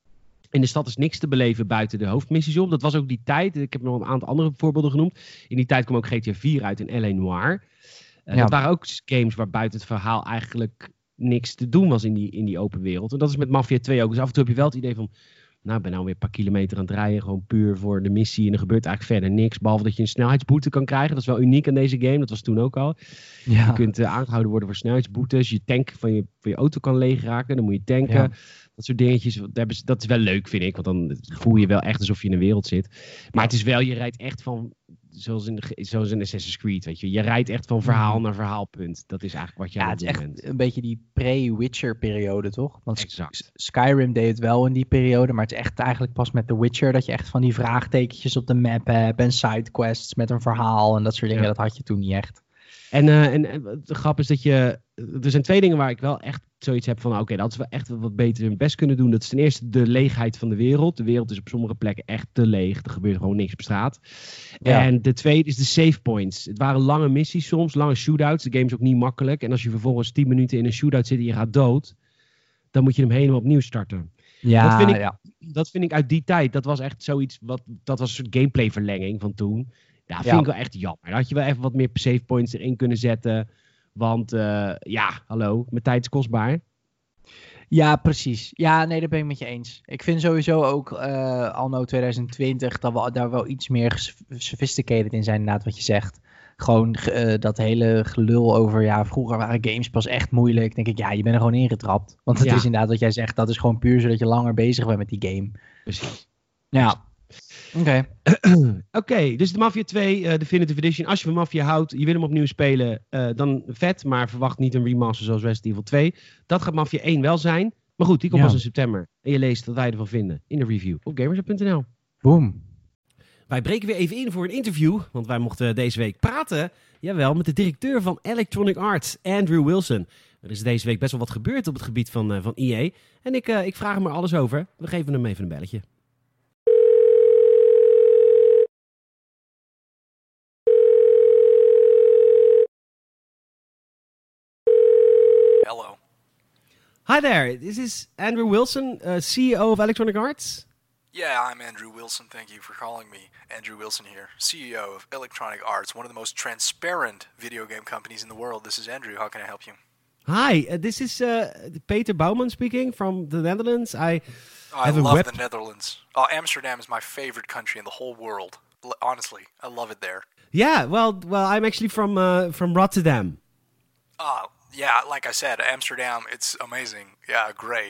In de stad is niks te beleven buiten de hoofdmissies op. Dat was ook die tijd. Ik heb nog een aantal andere voorbeelden genoemd. In die tijd kwam ook G T A vier uit in L A Noire. Uh, Ja. Dat waren ook games waar buiten het verhaal eigenlijk niks te doen was in die, in die open wereld. En dat is met Mafia twee ook. Dus af en toe heb je wel het idee van... Nou, ik ben nou weer een paar kilometer aan het rijden. Gewoon puur voor de missie. En er gebeurt eigenlijk verder niks. Behalve dat je een snelheidsboete kan krijgen. Dat is wel uniek aan deze game. Dat was toen ook al. Ja. Je kunt uh, aangehouden worden voor snelheidsboetes. Je tank van je, van je auto kan leegraken. Dan moet je tanken. Ja. Dat soort dingetjes. Dat, hebben ze, dat is wel leuk, vind ik. Want dan voel je wel echt alsof je in een wereld zit. Maar het is wel, je rijdt echt van... Zoals in, de, zoals in Assassin's Creed, weet je. Je rijdt echt van verhaal naar verhaalpunt. Dat is eigenlijk wat je Ja, aan het het is doen echt bent. een beetje die pre-Witcher-periode, toch? Want Exact. S- Skyrim deed het wel in die periode, maar het is echt eigenlijk pas met The Witcher dat je echt van die vraagtekentjes op de map hebt en sidequests met een verhaal en dat soort dingen. Ja. Dat had je toen niet echt. En, uh, en, en de grap is dat je... Er zijn twee dingen waar ik wel echt zoiets heb van... Oké, okay, dat is wel echt wat beter hun best kunnen doen. Dat is ten eerste de leegheid van de wereld. De wereld is op sommige plekken echt te leeg. Er gebeurt gewoon niks op straat. Ja. En de tweede is de save points. Het waren lange missies soms, lange shootouts. De game is ook niet makkelijk. En als je vervolgens tien minuten in een shootout zit en je gaat dood... dan moet je hem helemaal opnieuw starten. Ja, dat, vind ik, ja. dat vind ik uit die tijd. Dat was echt zoiets... Wat, dat was een soort gameplay verlenging van toen. Ja, vind Ja. ik wel echt jammer. Dan had je wel even wat meer save points erin kunnen zetten... Want uh, ja, hallo, mijn tijd is kostbaar. Ja, precies. Ja, nee, dat ben ik met je eens. Ik vind sowieso ook uh, anno twintig twintig dat we daar wel iets meer ges- sophisticated in zijn, inderdaad, wat je zegt. Gewoon uh, dat hele gelul over, ja, vroeger waren games pas echt moeilijk. Denk ik, ja, je bent er gewoon ingetrapt. Want het Ja. is inderdaad wat jij zegt, dat is gewoon puur zodat je langer bezig bent met die game. Precies. Ja. Oké. Oké, okay, dus de Mafia twee uh, Definitive Edition. Als je van Mafia houdt, je wil hem opnieuw spelen, uh, dan vet. Maar verwacht niet een remaster zoals Resident Evil twee. Dat gaat Mafia één wel zijn. Maar goed, die komt Ja. pas in september. En je leest wat wij ervan vinden in de review op gamershop punt n l. Boom. Wij breken weer even in voor een interview. Want wij mochten deze week praten, jawel, met de directeur van Electronic Arts, Andrew Wilson. Er is deze week best wel wat gebeurd op het gebied van, uh, van E A. En ik, uh, ik vraag hem er alles over. We geven hem even een belletje. Hello. Hi there, this is Andrew Wilson, uh, C E O of Electronic Arts. Yeah, I'm Andrew Wilson. Thank you for calling me. Andrew Wilson here, C E O of Electronic Arts, one of the most transparent video game companies in the world. This is Andrew. How can I help you? Hi, uh, this is uh, Peter Bouwman speaking from the Netherlands. I Oh, I have a love web- the Netherlands. Oh, Amsterdam is my favorite country in the whole world. L- honestly, I love it there. Yeah, well, well, I'm actually from uh, from Rotterdam. Ah, yeah, like I said, Amsterdam, it's amazing. Yeah, great.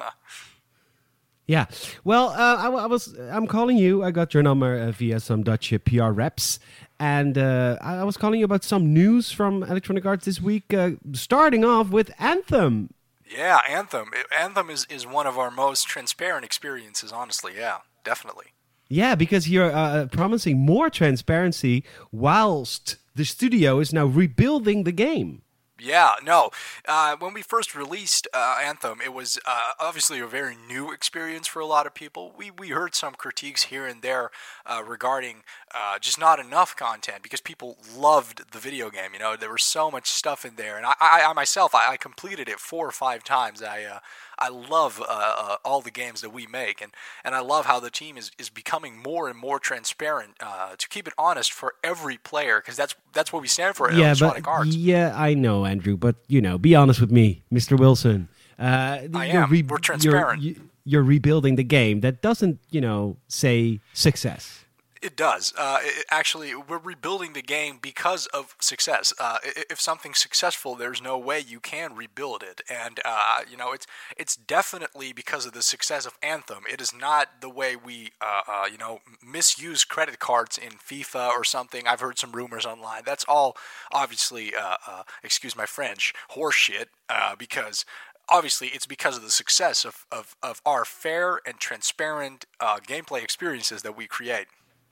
Yeah, well, uh, I, w- I was I'm calling you. I got your number uh, via some Dutch uh, P R reps, and uh, I, I was calling you about some news from Electronic Arts this week. Uh, starting off with Anthem. Yeah, Anthem. Anthem is, is one of our most transparent experiences, honestly. Yeah, definitely. Yeah, because you're uh, promising more transparency whilst the studio is now rebuilding the game. Yeah, no. Uh, when we first released uh, Anthem, it was uh, obviously a very new experience for a lot of people. We we heard some critiques here and there uh, regarding uh, just not enough content because people loved the video game. You know, there was so much stuff in there, and I, I, I myself, I, I completed it four or five times. I uh, I love uh, uh, all the games that we make, and, and I love how the team is, is becoming more and more transparent uh, to keep it honest for every player, because that's that's what we stand for at Yeah, Electronic but Arts. yeah, I know, Andrew, but you know, be honest with me, Mister Wilson. Uh, I you're am. We're transparent. You're, you're rebuilding the game. That doesn't, you know, say success. It does. Uh, it, actually, we're rebuilding the game because of success. Uh, if something's successful, there's no way you can rebuild it. And, uh, you know, it's it's definitely because of the success of Anthem. It is not the way we, uh, uh, you know, misuse credit cards in FIFA or something. I've heard some rumors online. That's all, obviously, uh, uh, excuse my French, horseshit, uh, because... Obviously, it's because of the success of, of, of our fair and transparent uh, gameplay experiences that we create.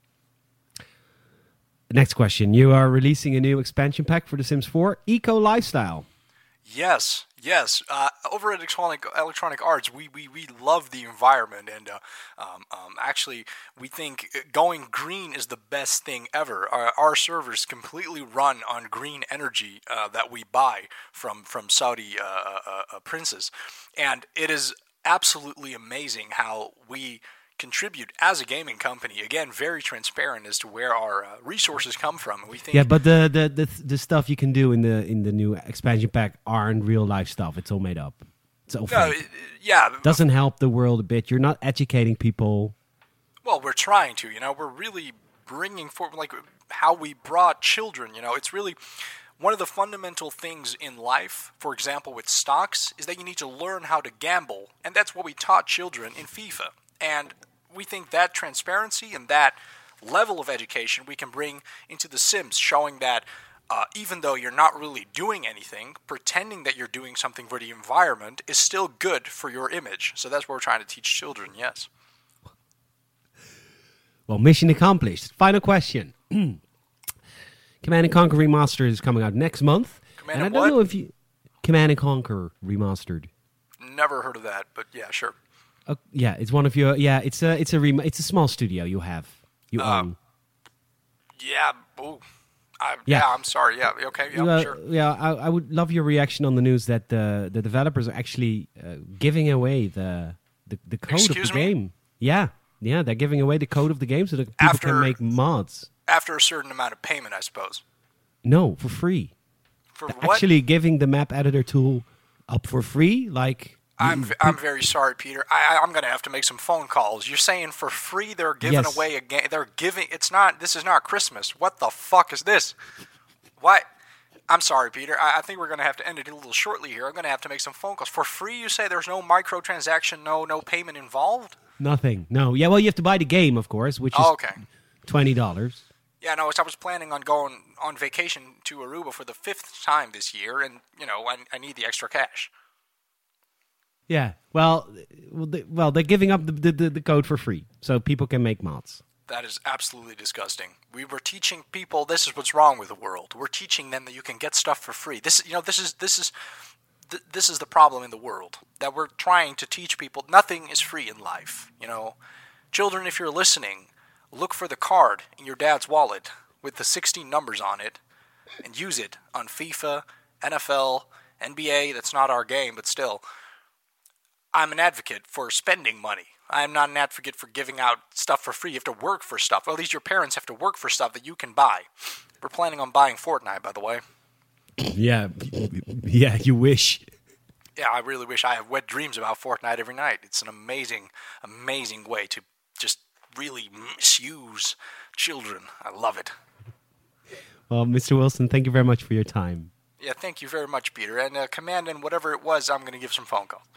Next question. You are releasing a new expansion pack for The Sims four, Eco Lifestyle. Yes, yes. Uh, over at Electronic, Electronic Arts, we, we, we love the environment, and uh, um, um, actually, we think going green is the best thing ever. Our, our servers completely run on green energy uh, that we buy from from Saudi uh, uh, uh, princes, and it is absolutely amazing how we contribute as a gaming company. Again, very transparent as to where our uh, resources come from. And we think Yeah, but the, the the the stuff you can do in the in the new expansion pack aren't real life stuff. It's all made up. It's all no, fake. it, yeah, Doesn't help the world a bit. You're not educating people. well, we're trying to. You know, we're really bringing forward like how we brought children. You know, it's really one of the fundamental things in life. For example, with stocks, is that you need to learn how to gamble, and that's what we taught children in FIFA. And we think that transparency and that level of education we can bring into The Sims, showing that uh, even though you're not really doing anything, pretending that you're doing something for the environment is still good for your image. So that's what we're trying to teach children, yes. Well, mission accomplished. Final question. Command and Conquer Remastered is coming out next month. Command and I and don't what? know if you... Command and Conquer Remastered. Never heard of that, but yeah, sure. Uh, yeah, it's one of your... Yeah, it's a it's a rem- it's a small studio you have. You Um, own. Yeah, ooh. I, Yeah. yeah. I'm sorry. Yeah, okay, yeah, Well, sure. Yeah, I, I would love your reaction on the news that the the developers are actually uh, giving away the the, the code Excuse of the me? game. Yeah, yeah, they're giving away the code of the game so that people After- can make mods. After a certain amount of payment, I suppose. No, for free. For They're what? Actually, giving the map editor tool up for free, like. I'm you- I'm very sorry, Peter. I, I I'm gonna have to make some phone calls. You're saying for free they're giving Yes. away a game. They're giving. It's not. This is not Christmas. What the fuck is this? What? I'm sorry, Peter. I, I think we're gonna have to end it a little shortly here. I'm gonna have to make some phone calls for free. You say there's no microtransaction, no no payment involved. Nothing. No. Yeah. Well, you have to buy the game, of course, which is Oh, okay. twenty dollars. Yeah, no. I was planning on going on vacation to Aruba for the fifth time this year, and you know I, I need the extra cash. Yeah. Well, well, they, well, they're giving up the, the, the, the code for free, so people can make mods. That is absolutely disgusting. We were teaching people this is what's wrong with the world. We're teaching them that you can get stuff for free. This, you know, this is this is th- this is the problem in the world, that we're trying to teach people nothing is free in life. You know, children, if you're listening, look for the card in your dad's wallet with the sixteen numbers on it, and use it on FIFA, N F L, N B A. That's not our game, but still. I'm an advocate for spending money. I'm not an advocate for giving out stuff for free. You have to work for stuff. Well, at least your parents have to work for stuff that you can buy. We're planning on buying Fortnite, by the way. Yeah. Yeah. You wish. Yeah, I really wish I have wet dreams about Fortnite every night. It's an amazing, amazing way to just really misuse children. I love it. Well, Mister Wilson, thank you very much for your time. Yeah, thank you very much, Peter. And uh, Command and whatever it was, I'm going to give some phone calls.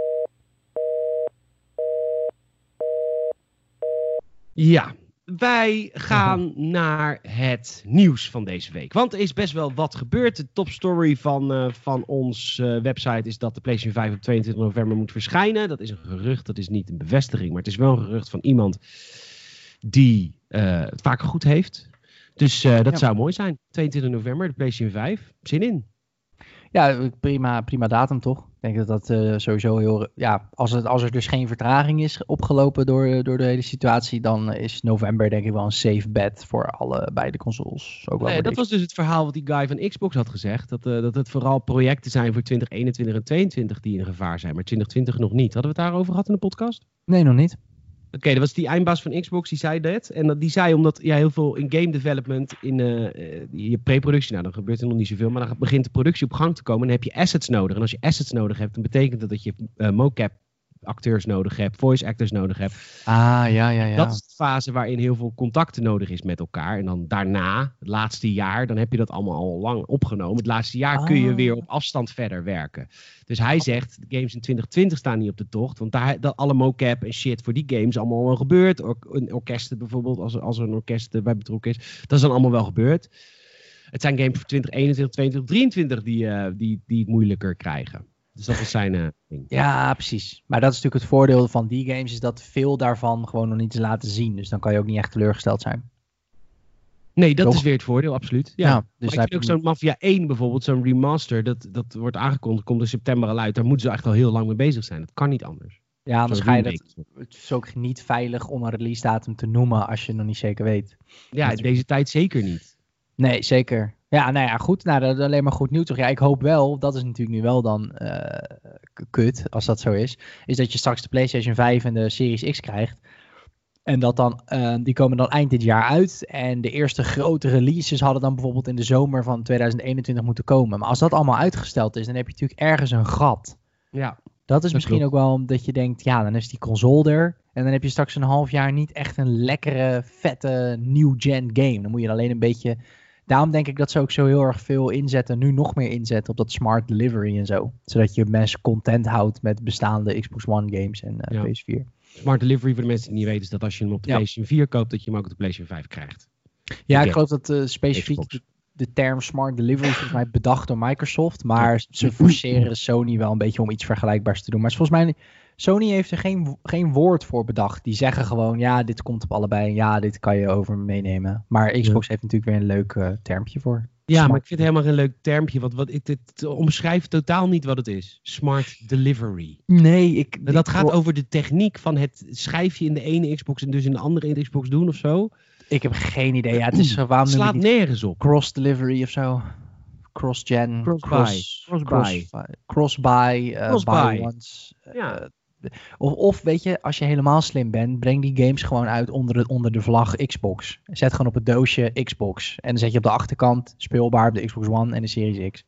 Ja, wij gaan naar het nieuws van deze week. Want er is best wel wat gebeurd. De topstory van, uh, van onze uh, website is dat de PlayStation vijf op tweeëntwintig november moet verschijnen. Dat is een gerucht, dat is niet een bevestiging. Maar het is wel een gerucht van iemand die uh, het vaker goed heeft. Dus uh, dat Ja. zou mooi zijn. tweeëntwintig november, de PlayStation vijf. Zin in. Ja, prima, prima datum toch? Ik denk dat dat uh, sowieso heel... Ja, als, het, als er dus geen vertraging is opgelopen door, door de hele situatie, dan is november denk ik wel een safe bet voor alle beide consoles. Ook wel nee, dat was dus het verhaal wat die guy van Xbox had gezegd. Dat, uh, dat het vooral projecten zijn voor twintig eenentwintig en tweeëntwintig die in gevaar zijn, maar twintig twintig nog niet. Hadden we het daarover gehad in de podcast? Nee, nog niet. Oké, okay, dat was die eindbaas van Xbox, die zei dat. En dat, die zei omdat ja, heel veel in game development, in uh, je pre-productie, nou dan gebeurt er nog niet zoveel, maar dan begint de productie op gang te komen en dan heb je assets nodig. En als je assets nodig hebt, dan betekent dat dat je uh, mocap acteurs nodig hebt, voice actors nodig hebt. Ah, ja, ja, ja. Dat is de fase waarin heel veel contacten nodig is met elkaar. En dan daarna, het laatste jaar, dan heb je dat allemaal al lang opgenomen. Het laatste jaar ah. kun je weer op afstand verder werken. Dus hij zegt, de games in twintig twintig staan niet op de tocht. Want daar, dat alle mocap en shit voor die games allemaal wel gebeurd. Or, een orkest bijvoorbeeld, als, als er een orkest bij betrokken is. Dat is dan allemaal wel gebeurd. Het zijn games voor twintig eenentwintig, tweeëntwintig, drieëntwintig die, uh, die, die het moeilijker krijgen. Dus dat was zijn uh, ding. Ja, precies. Maar dat is natuurlijk het voordeel van die games, is dat veel daarvan gewoon nog niet is laten zien. Dus dan kan je ook niet echt teleurgesteld zijn. Nee, dat Toch? is weer het voordeel, absoluut. Ja, ja dus maar ik vind ook zo'n Mafia één bijvoorbeeld, zo'n remaster, dat, dat wordt aangekondigd, komt in september al uit. Daar moeten ze echt al heel lang mee bezig zijn. Dat kan niet anders. Ja, anders ga je dat... Het is ook niet veilig om een release datum te noemen als je nog niet zeker weet. Ja, in deze tijd zeker niet. Nee, zeker. Ja, nou ja, goed. Nou, dat is alleen maar goed nieuws toch. Ja, ik hoop wel, dat is natuurlijk nu wel dan uh, kut, als dat zo is, is dat je straks de PlayStation vijf en de Series X krijgt. En dat dan, uh, die komen dan eind dit jaar uit. En de eerste grote releases hadden dan bijvoorbeeld in de zomer van twintig eenentwintig moeten komen. Maar als dat allemaal uitgesteld is, dan heb je natuurlijk ergens een gat. Ja. Dat is dat misschien klopt. ook wel omdat je denkt, ja, dan is die console er. En dan heb je straks een half jaar niet echt een lekkere, vette, new-gen game. Dan moet je alleen een beetje... Daarom denk ik dat ze ook zo heel erg veel inzetten, nu nog meer inzetten op dat smart delivery en zo. Zodat je mensen content houdt met bestaande Xbox One games en uh, ja. P S vier. Smart delivery, voor de mensen die het niet weten, is dat als je hem op de ja. PlayStation vier koopt, dat je hem ook op de PlayStation vijf krijgt. Ja, de ik geloof dat uh, specifiek de, de term smart delivery is volgens mij bedacht door Microsoft. Maar ja. ze forceren Sony wel een beetje om iets vergelijkbaars te doen. Maar volgens mij, Sony heeft er geen, geen woord voor bedacht. Die zeggen gewoon, ja, dit komt op allebei. Ja, dit kan je over meenemen. Maar Xbox ja. heeft natuurlijk weer een leuk uh, termpje voor. Ja, smart. maar ik vind het helemaal geen leuk termpje. Want wat, het, het omschrijft totaal niet wat het is. Smart delivery. Nee, ik... Dat ik, gaat ik, over de techniek van het schijfje in de ene Xbox en dus in de andere in de Xbox doen of zo. Ik heb geen idee. Ja, het is waarom het slaat nergens op. Cross delivery of zo. Cross-gen. Cross-buy. Cross-buy. Cross-buy. Uh, Cross-buy. Buy once. Ja. Uh, Of, of weet je, als je helemaal slim bent, breng die games gewoon uit onder de, onder de vlag Xbox. Zet gewoon op het doosje Xbox. En dan zet je op de achterkant speelbaar op de Xbox One en de Series X.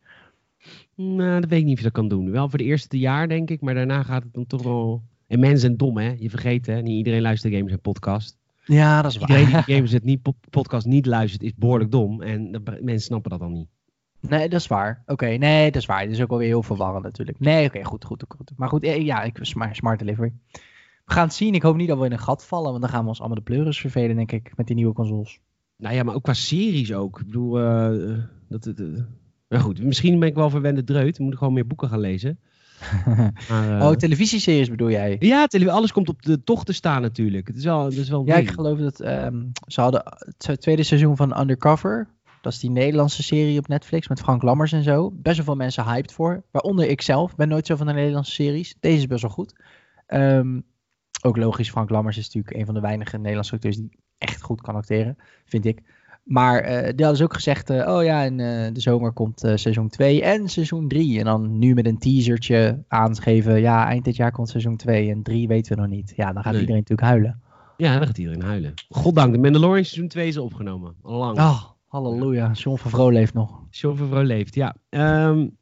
Nou, dat weet ik niet of je dat kan doen. Wel voor de eerste jaar, denk ik. Maar daarna gaat het dan toch wel... En mensen zijn dom, hè. Je vergeet, hè. Niet iedereen luistert games en podcast. Ja, dat is waar. Iedereen die games het niet, podcast niet luistert, is behoorlijk dom. En de, mensen snappen dat dan niet. Nee, dat is waar. Oké, okay, nee, dat is waar. Dat is ook alweer heel verwarrend natuurlijk. Nee, oké, okay, goed, goed, goed. Maar goed, ja, ik, smart, smart delivery. We gaan het zien. Ik hoop niet dat we in een gat vallen, want dan gaan we ons allemaal de pleuris vervelen, denk ik, met die nieuwe consoles. Nou ja, maar ook qua series ook. Ik bedoel, uh, dat het... Uh, maar goed, misschien ben ik wel verwende dreut. We moeten gewoon meer boeken gaan lezen. Maar, uh... Oh, televisieseries bedoel jij? Ja, tele- alles komt op de tocht te staan natuurlijk. Het is wel, het is wel ja, ding. ik geloof dat um, ze hadden het tweede seizoen van Undercover. Dat is die Nederlandse serie op Netflix met Frank Lammers en zo. Best wel veel mensen hyped voor. Waaronder ik zelf. Ben nooit zo van de Nederlandse series. Deze is best wel goed. Um, ook logisch, Frank Lammers is natuurlijk een van de weinige Nederlandse acteurs die echt goed kan acteren. Vind ik. Maar uh, die hadden ze ook gezegd, uh, oh ja, in uh, de zomer komt uh, seizoen twee en seizoen drie. En dan nu met een teasertje aangeven, ja, eind dit jaar komt seizoen twee en drie weten we nog niet. Ja, dan gaat nee. iedereen natuurlijk huilen. Ja, dan gaat iedereen huilen. Goddank, de Mandalorian seizoen twee is opgenomen. Al lang. Oh, halleluja. John Favreau leeft nog. John Favreau leeft, ja. Um,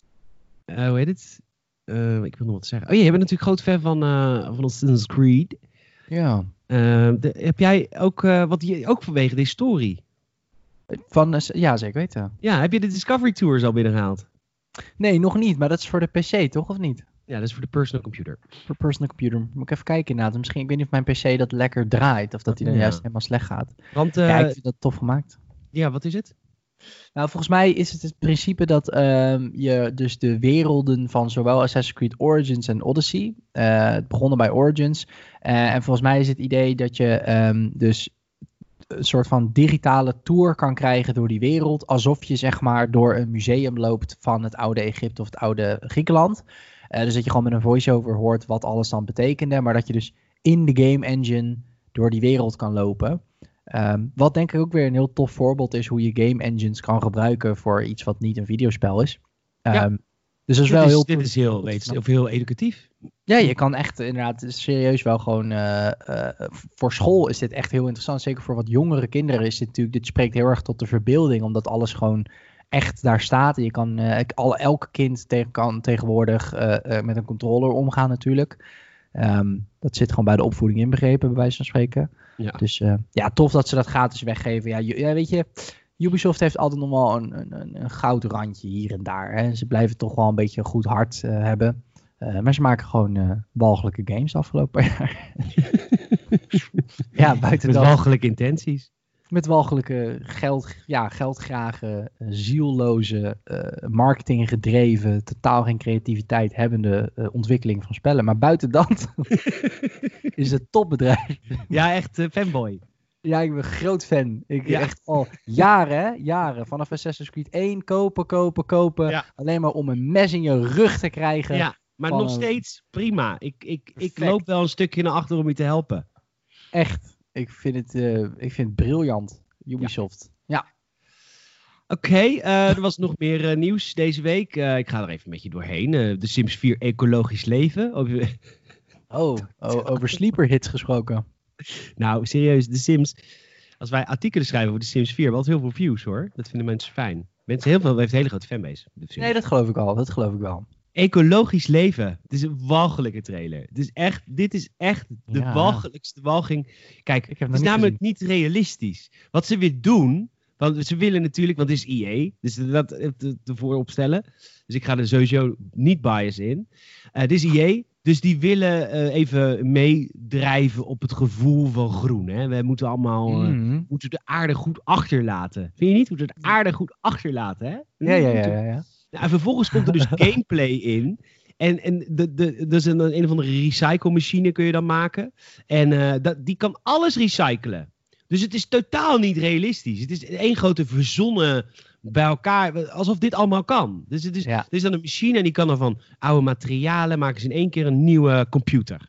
uh, hoe heet het? Uh, ik wil nog wat zeggen. Oh ja, je bent natuurlijk groot fan van, uh, van Assassin's Creed. Ja. Uh, de, heb jij ook, uh, wat je, ook vanwege de historie? Van, uh, ja, zeker weten. Ja, heb je de Discovery Tours al binnengehaald? Nee, nog niet. Maar dat is voor de P C, toch? Of niet? Ja, dat is voor de personal computer. Voor personal computer. Moet ik even kijken inderdaad. Misschien, ik weet niet of mijn P C dat lekker draait. Of dat hij dan ja. juist helemaal slecht gaat. Want, uh, ja, ik vind dat tof gemaakt. Ja, wat is het? Nou, volgens mij is het het principe dat um, je dus de werelden van zowel Assassin's Creed Origins en Odyssey, uh, het begonnen bij Origins, uh, en volgens mij is het idee dat je um, dus een soort van digitale tour kan krijgen door die wereld. Alsof je zeg maar door een museum loopt van het oude Egypte of het oude Griekenland. Uh, dus dat je gewoon met een voice-over hoort wat alles dan betekende. Maar dat je dus in de game engine door die wereld kan lopen. Um, wat denk ik ook weer een heel tof voorbeeld is hoe je game engines kan gebruiken voor iets wat niet een videospel is. Um, ja. Dus dat is dit wel is, heel... Dit is heel, weet, of heel educatief. Ja, je kan echt inderdaad serieus wel gewoon... Uh, uh, voor school is dit echt heel interessant. Zeker voor wat jongere kinderen is dit natuurlijk... Dit spreekt heel erg tot de verbeelding. Omdat alles gewoon echt daar staat. En je kan... Uh, al, elke kind te, kan tegenwoordig uh, uh, met een controller omgaan natuurlijk. Um, dat zit gewoon bij de opvoeding inbegrepen, bij wijze van spreken. Ja. Dus uh, ja, tof dat ze dat gratis weggeven. Ja, ja, weet je... Ubisoft heeft altijd nog wel een, een, een goud randje hier en daar. Hè. Ze blijven toch wel een beetje een goed hart uh, hebben. Uh, maar ze maken gewoon uh, walgelijke games de afgelopen jaar. Ja, buiten Met dat. walgelijke intenties. Met walgelijke geld, ja, geldgrage, uh, zielloze, uh, marketinggedreven, totaal geen creativiteit hebbende uh, ontwikkeling van spellen. Maar buiten dat is het topbedrijf. Ja, echt uh, fanboy. Ja, ik ben een groot fan. Ik ja. echt al jaren, hè? Jaren. Vanaf Assassin's Creed één kopen, kopen, kopen. Ja. Alleen maar om een mes in je rug te krijgen. Ja, maar nog een... steeds prima. Ik, ik, ik loop wel een stukje naar achter om je te helpen. Echt. Ik vind het, uh, ik vind het briljant. Ubisoft. Ja. ja. Oké, okay, uh, er was nog meer uh, nieuws deze week. Uh, ik ga er even een beetje doorheen. Uh, de Sims vier ecologisch leven. oh, oh, over sleeper hits gesproken. Nou, serieus, de Sims. Als wij artikelen schrijven over de Sims vier, hebben we altijd heel veel views hoor. Dat vinden mensen fijn. Mensen heel veel, heeft een hele grote fanbase. Nee, dat geloof ik al. Dat geloof ik wel. Ecologisch leven. Het is een walgelijke trailer. Het is echt, dit is echt de ja. walgelijkste walging. Kijk, het is namelijk gezien. niet realistisch. Wat ze weer doen, want ze willen natuurlijk, want het is E A, dus dat ervoor opstellen. Dus ik ga er sowieso niet bias in. Uh, dit is E A. Dus die willen uh, even meedrijven op het gevoel van groen. Hè? We moeten allemaal uh, mm-hmm. moeten de aarde goed achterlaten. Vind je niet? We moeten de aarde goed achterlaten. Hè? Ja, ja, ja. ja, ja. Nou, en vervolgens komt er dus gameplay in. En, en de, de, dus een, een of andere recycle machine kun je dan maken. En uh, dat, die kan alles recyclen. Dus het is totaal niet realistisch. Het is één grote verzonnen bij elkaar, alsof dit allemaal kan. Dus het is, ja. er is dan een machine en die kan dan van oude materialen maken ze in één keer een nieuwe computer.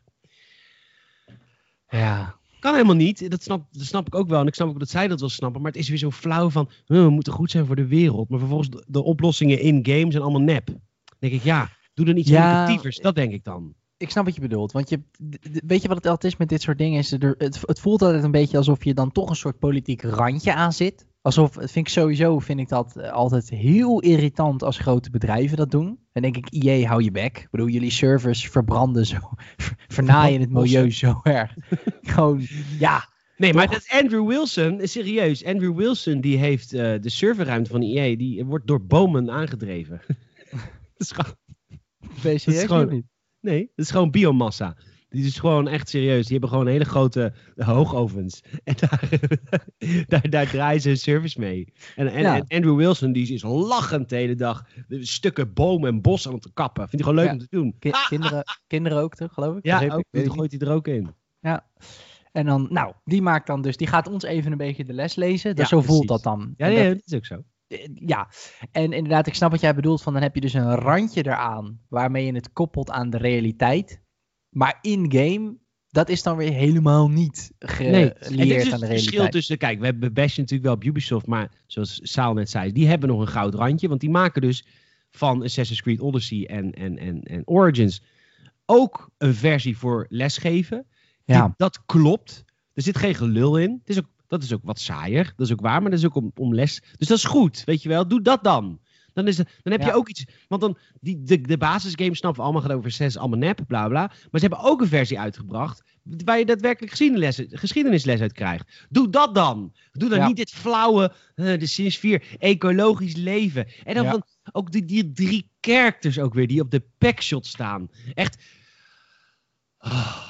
Ja. Kan helemaal niet, dat snap, dat snap ik ook wel. En ik snap ook dat zij dat wel snappen. Maar het is weer zo flauw van, oh, we moeten goed zijn voor de wereld. Maar vervolgens de, de oplossingen in-game zijn allemaal nep. Dan denk ik, ja, doe dan iets ja, educatievers. Dat denk ik dan. Ik snap wat je bedoelt. Want je, weet je wat het altijd is met dit soort dingen? Is er, het, het voelt altijd een beetje alsof je dan toch een soort politiek randje aan zit. Alsof, vind ik sowieso, vind ik dat altijd heel irritant als grote bedrijven dat doen. Dan denk ik, E A, hou je bek. Ik bedoel, jullie servers verbranden zo, vernaaien het milieu zo erg. Gewoon, ja. Nee, toch? Maar dat is Andrew Wilson, serieus. Andrew Wilson, die heeft uh, de serverruimte van E A, die wordt door bomen aangedreven. Dat is gewoon... Ben je serieus gewoon, niet? Nee, dat is gewoon biomassa. Die is gewoon echt serieus. Die hebben gewoon hele grote hoogovens. En daar, daar, daar draaien ze een service mee. En, en, ja. en Andrew Wilson die is lachend de hele dag stukken bomen en bos aan het kappen. Vindt hij gewoon leuk ja. om te doen. Ki- kinderen, kinderen ook toch, geloof ik? Ja, ook, die gooit hij er ook in. Ja. En dan, nou, die maakt dan dus, die gaat ons even een beetje de les lezen. Dus ja, zo precies. voelt dat dan. Ja, ja, dat is ook zo. Ja, en inderdaad, ik snap wat jij bedoelt van dan heb je dus een randje eraan waarmee je het koppelt aan de realiteit. Maar in-game, dat is dan weer helemaal niet gelieerd nee. dus aan de realiteit. Het verschil tussen, kijk, we hebben Bash natuurlijk wel op Ubisoft, maar zoals Saal net zei, die hebben nog een goud randje, want die maken dus van Assassin's Creed Odyssey en, en, en, en Origins ook een versie voor lesgeven. Ja. Die, dat klopt. Er zit geen gelul in. Het is ook, dat is ook wat saaier. Dat is ook waar, maar dat is ook om, om les. Dus dat is goed, weet je wel. Doe dat dan. Dan, is het, dan heb ja. je ook iets... Want dan, die, de, de basisgame snappen we allemaal, gaat over zes, allemaal nep, bla bla. Maar ze hebben ook een versie uitgebracht waar je daadwerkelijk geschiedenisles, geschiedenisles uit krijgt. Doe dat dan. Doe dan ja. niet dit flauwe, uh, de Sims vier, ecologisch leven. En dan ja. van, ook die, die drie characters ook weer, die op de packshot staan. Echt... Oh.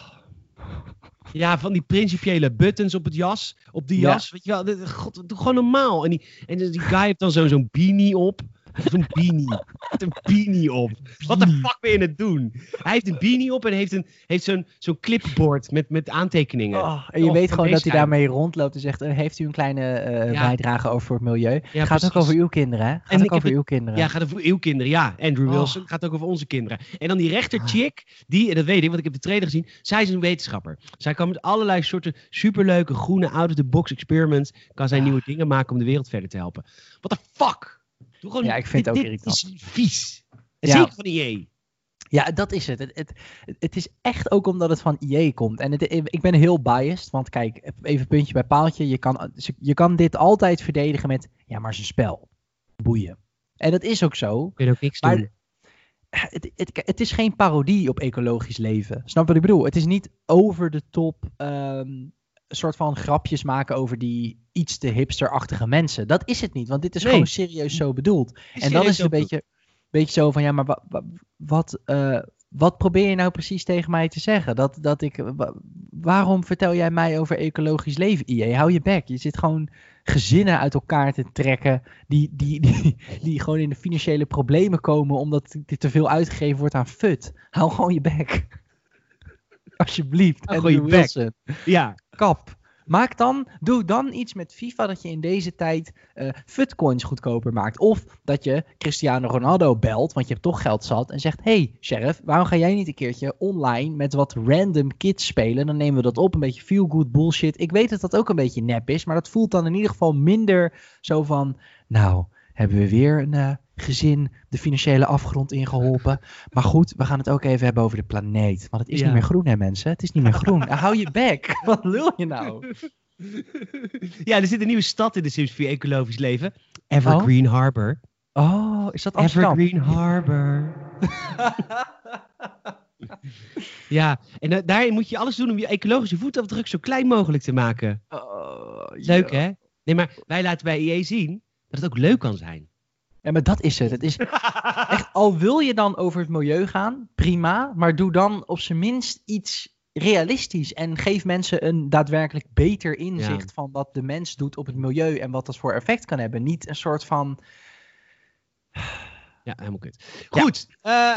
Ja, van die principiële buttons op het jas, op die jas, ja. weet je wel. God, doe gewoon normaal. En die, en die guy heeft dan zo, zo'n beanie op. Zo'n beanie. Hij heeft een beanie op. Wat de fuck ben je aan het doen? Hij heeft een beanie op en heeft, een, heeft zo'n, zo'n clipboard met, met aantekeningen. Oh, en je Oh, weet van gewoon dat deze hij daarmee rondloopt en zegt, uh, heeft u een kleine uh, Ja. bijdrage over voor het milieu? Ja, Gaat precies. ook over uw kinderen, hè? Gaat En ik ook heb over het- uw kinderen. Ja, gaat over uw kinderen. Ja, Andrew Oh. Wilson gaat ook over onze kinderen. En dan die rechter chick, die, en dat weet ik, want ik heb de trailer gezien. Zij is een wetenschapper. Zij kan met allerlei soorten superleuke, groene, out-of-the-box experiments, kan zij Ah. nieuwe dingen maken om de wereld verder te helpen. What the fuck? Doe gewoon, Ja, ik vind dit, het ook dit irritant. is vies. En Ja. zeker van E A. Ja, dat is het. Het, het. het is echt ook omdat het van E A komt. En het, ik ben heel biased, want kijk, even puntje bij paaltje. Je kan, je kan dit altijd verdedigen met, ja, maar het is een spel. Boeien. En dat is ook zo. Ik weet ook niks doen. Maar het, het, het is geen parodie op ecologisch leven. Snap wat ik bedoel? Het is niet over de top ehm, een soort van grapjes maken over die iets te hipsterachtige mensen. Dat is het niet, want dit is Nee. gewoon serieus zo bedoeld. En dan is het een beetje, beetje zo van, ja, maar wa, wa, wat, uh, wat probeer je nou precies tegen mij te zeggen? Dat, dat ik, wa, waarom vertel jij mij over ecologisch leven, E A? Hou je bek. Je zit gewoon gezinnen uit elkaar te trekken die, die, die, die gewoon in de financiële problemen komen omdat er te veel uitgegeven wordt aan fut. Hou gewoon je bek. Alsjeblieft. Hou En gewoon je bek. Wilson. Ja, Kap. Maak dan, doe dan iets met FIFA dat je in deze tijd uh, futcoins goedkoper maakt. Of dat je Cristiano Ronaldo belt, want je hebt toch geld zat. En zegt, hey Sheriff, waarom ga jij niet een keertje online met wat random kids spelen? Dan nemen we dat op, een beetje feel-good bullshit. Ik weet dat dat ook een beetje nep is, maar dat voelt dan in ieder geval minder zo van, nou, hebben we weer een uh, gezin de financiële afgrond ingeholpen. Maar goed, we gaan het ook even hebben over de planeet. Want het is Ja. niet meer groen, hè mensen? Het is niet meer groen. Nou, hou je bek. Wat lul je nou? ja, er zit een nieuwe stad in de Sims vier ecologisch leven. Evergreen Harbor. Oh, is dat Amsterdam? Evergreen Harbor. ja, en uh, daarin moet je alles doen om je ecologische voetafdruk zo klein mogelijk te maken. Oh, Leuk, joh. hè? Nee, maar wij laten bij E A zien dat het ook leuk kan zijn. Ja, maar dat is het. Het is echt, al wil je dan over het milieu gaan, prima. Maar doe dan op zijn minst iets realistisch. En geef mensen een daadwerkelijk beter inzicht Ja. van wat de mens doet op het milieu en wat dat voor effect kan hebben. Niet een soort van... Ja, helemaal kut. Goed. Ja.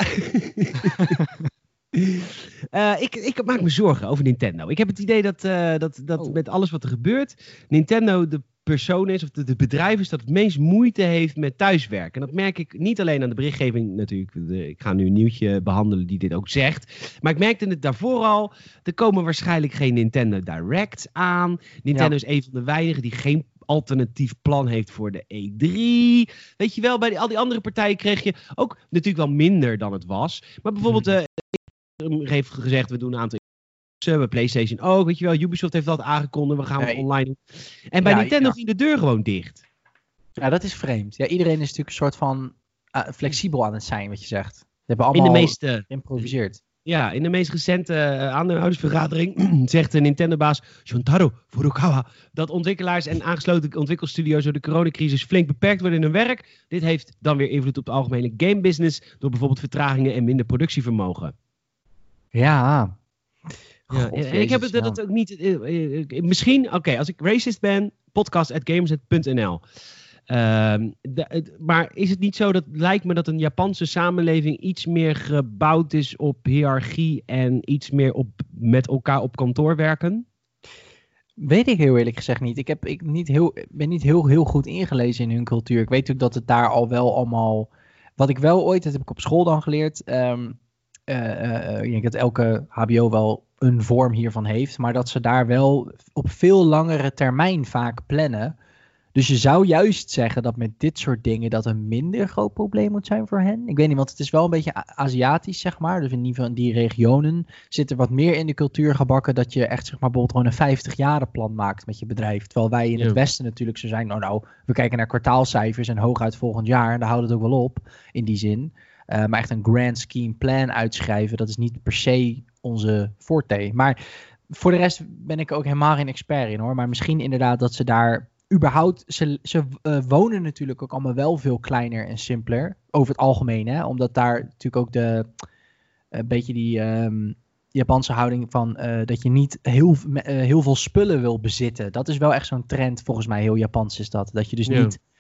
Uh, uh, ik, ik maak me zorgen over Nintendo. Ik heb het idee dat, uh, dat, dat oh. met alles wat er gebeurt, Nintendo de persoon is, of het de, de bedrijf is dat het meest moeite heeft met thuiswerken. En dat merk ik niet alleen aan de berichtgeving natuurlijk. De, ik ga nu een nieuwtje behandelen die dit ook zegt. Maar ik merkte het daarvoor al. Er komen waarschijnlijk geen Nintendo Directs aan. Nintendo ja. is een van de weinigen die geen alternatief plan heeft voor de E drie. Weet je wel, bij die, al die andere partijen kreeg je ook natuurlijk wel minder dan het was. Maar bijvoorbeeld, uh, heeft gezegd, we doen een aantal bij PlayStation ook, weet je wel, Ubisoft heeft dat aangekondigd, we gaan het nee. online doen. En bij ja, Nintendo ja. ging de deur gewoon dicht. Ja, dat is vreemd. Ja, iedereen is natuurlijk een soort van uh, flexibel aan het zijn, wat je zegt. Ze hebben allemaal in de meeste, geïmproviseerd. Ja, in de meest recente uh, aandeelhoudersvergadering zegt de Nintendo-baas Shuntaro Furukawa dat ontwikkelaars en aangesloten ontwikkelstudio's door de coronacrisis flink beperkt worden in hun werk. Dit heeft dan weer invloed op de algemene gamebusiness door bijvoorbeeld vertragingen en minder productievermogen. Ja. Ja, God, en Jezus, ik heb het dat het ook niet. Uh, uh, misschien, oké, okay, als ik racist ben, podcast at gamersnet punt n l. Uh, de, maar is het niet zo dat lijkt me dat een Japanse samenleving iets meer gebouwd is op hiërarchie en iets meer op met elkaar op kantoor werken? Weet ik heel eerlijk gezegd niet. Ik heb ik niet heel, ben niet heel, heel goed ingelezen in hun cultuur. Ik weet natuurlijk dat het daar al wel allemaal. Wat ik wel ooit, dat heb ik op school dan geleerd. Um, uh, uh, ik denk dat elke H B O wel een vorm hiervan heeft. Maar dat ze daar wel op veel langere termijn vaak plannen. Dus je zou juist zeggen dat met dit soort dingen dat een minder groot probleem moet zijn voor hen. Ik weet niet, want het is wel een beetje Aziatisch, zeg maar. Dus in ieder geval in die regionen zit er wat meer in de cultuur gebakken dat je echt, zeg maar, bijvoorbeeld gewoon een vijftig-jaren plan maakt met je bedrijf. Terwijl wij in ja. het Westen natuurlijk zo zijn, nou nou, we kijken naar kwartaalcijfers en hooguit volgend jaar. En daar houdt het ook wel op, in die zin. Uh, maar echt een grand scheme plan uitschrijven, dat is niet per se onze forte. Maar voor de rest ben ik ook helemaal geen expert in, hoor. Maar misschien inderdaad dat ze daar überhaupt, ze, ze uh, wonen natuurlijk ook allemaal wel veel kleiner en simpeler. Over het algemeen, hè. Omdat daar natuurlijk ook de, een uh, beetje die um, Japanse houding van uh, dat je niet heel, uh, heel veel spullen wil bezitten. Dat is wel echt zo'n trend, volgens mij, heel Japans is dat. Dat je dus ja. niet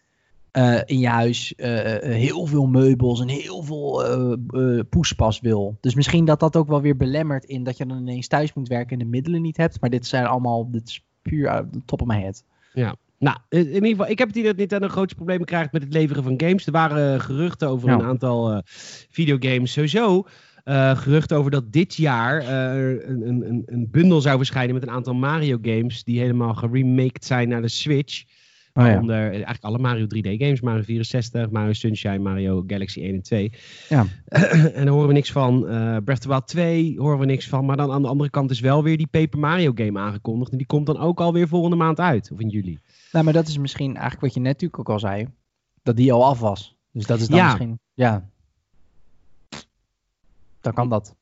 uh, in je huis uh, heel veel meubels en heel veel uh, uh, poespas wil. Dus misschien dat dat ook wel weer belemmert in dat je dan ineens thuis moet werken en de middelen niet hebt. Maar dit zijn allemaal, dit is puur uit de top of my head. Ja. Nou, in ieder geval, ik heb het idee dat Nintendo grootste problemen krijgt met het leveren van games. Er waren uh, geruchten over ja. een aantal uh, videogames. Sowieso uh, geruchten over dat dit jaar uh, een, een, een bundel zou verschijnen met een aantal Mario games die helemaal geremaked zijn naar de Switch. Oh, ja. Waaronder eigenlijk alle Mario drie D games. Mario vierenzestig, Mario Sunshine, Mario Galaxy één en twee. Ja. En daar horen we niks van. Uh, Breath of the Wild twee horen we niks van. Maar dan aan de andere kant is wel weer die Paper Mario game aangekondigd. En die komt dan ook alweer volgende maand uit. Of in juli. Nou, maar dat is misschien eigenlijk wat je net natuurlijk ook al zei. Dat die al af was. Dus dat is dan ja. misschien... Ja. Dan kan dat.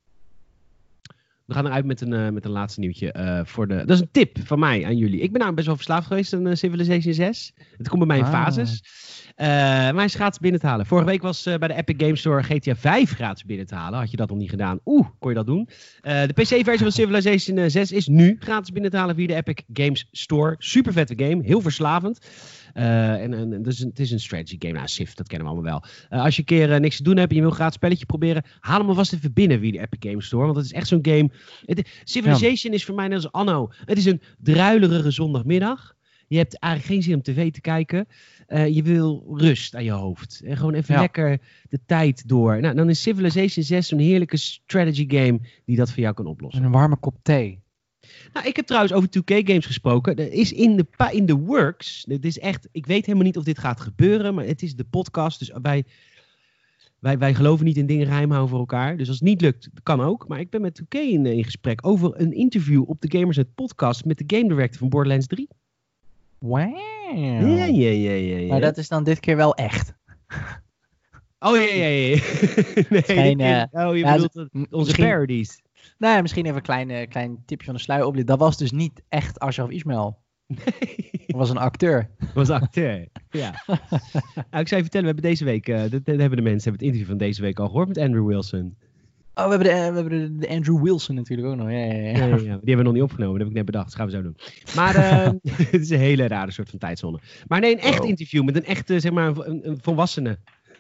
We gaan eruit met een, uh, met een laatste nieuwtje. Uh, voor de, dat is een tip van mij aan jullie. Ik ben nou best wel verslaafd geweest aan uh, Civilization zes. Het komt bij mij in ah. fases. Uh, maar hij is gratis binnen te halen. Vorige week was uh, bij de Epic Games Store G T A vijf gratis binnen te halen. Had je dat nog niet gedaan? Oeh, kon je dat doen. Uh, de P C-versie van Civilization uh, zes is nu gratis binnen te halen via de Epic Games Store. Super vette game. Heel verslavend. Uh, en, en dus het is een strategy game. Nou, Civ, dat kennen we allemaal wel. Uh, als je een keer uh, niks te doen hebt en je wil een gratis spelletje proberen, haal hem alvast even binnen via de Epic Games Store. Want het is echt zo'n game. Het, Civilization ja. is voor mij net als Anno. Het is een druilerige zondagmiddag. Je hebt eigenlijk geen zin om tv te kijken. Uh, je wil rust aan je hoofd. En gewoon even ja. lekker de tijd door. Nou, dan is Civilization zes zo'n heerlijke strategy game die dat voor jou kan oplossen. En een warme kop thee. Nou, ik heb trouwens over twee K games gesproken. Er is in de, in de works. Het is echt, ik weet helemaal niet of dit gaat gebeuren, maar het is de podcast. Dus wij, wij, wij geloven niet in dingen geheim houden voor elkaar. Dus als het niet lukt, kan ook. Maar ik ben met twee K in, in gesprek over een interview op de Gamersnet podcast met de game director van Borderlands drie. Wauw. Ja, ja, ja, ja, ja. Maar dat is dan dit keer wel echt. Oh ja, ja, ja. Nee, Geen, keer, uh, oh, je ja, bedoelt onze misschien, parodies. Nou ja, misschien even een klein, uh, klein tipje van de sluier op. Dat was dus niet echt Ashraf Ismail. Nee. Dat was een acteur. Dat was een acteur, ja. Nou, ik zou je vertellen, we hebben deze week, uh, dat, dat hebben de mensen hebben het interview van deze week al gehoord met Andrew Wilson. Oh, we hebben, de, we hebben de, de Andrew Wilson natuurlijk ook nog. Ja, ja, ja. Ja, ja, ja. Die hebben we nog niet opgenomen. Dat heb ik net bedacht. Dat gaan we zo doen. Maar uh, het is een hele rare soort van tijdzone. Maar nee, een echt oh. interview met een echte, zeg maar, een, een volwassene.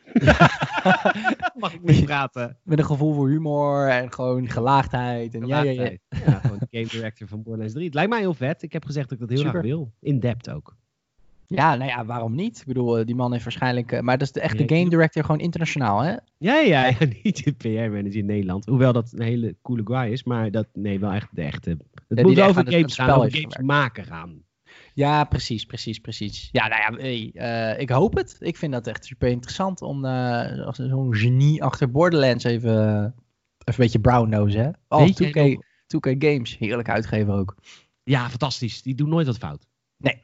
Mag ik mee praten? Met een gevoel voor humor en gewoon gelaagdheid. En gelaagdheid. Ja, ja, ja. Ja, gewoon de game director van Borderlands drie. Het lijkt mij heel vet. Ik heb gezegd dat ik dat heel Super. graag wil. In depth ook. Ja, nou ja, waarom niet? Ik bedoel, die man heeft waarschijnlijk... Uh, maar dat is de echte game director gewoon internationaal, hè? Ja, ja, ja, niet de P R-manager in Nederland. Hoewel dat een hele coole guy is, maar dat, nee, wel echt de echte... Het ja, moet over games het, het gaan, over games maken gaan. Ja, precies, precies, precies. Ja, nou ja, hey, uh, ik hoop het. Ik vind dat echt super interessant om uh, als zo'n genie achter Borderlands even, uh, even een beetje brown-nose, hè? Oh, twee K, twee K Games, heerlijk uitgeven ook. Ja, fantastisch. Die doen nooit wat fout. Nee.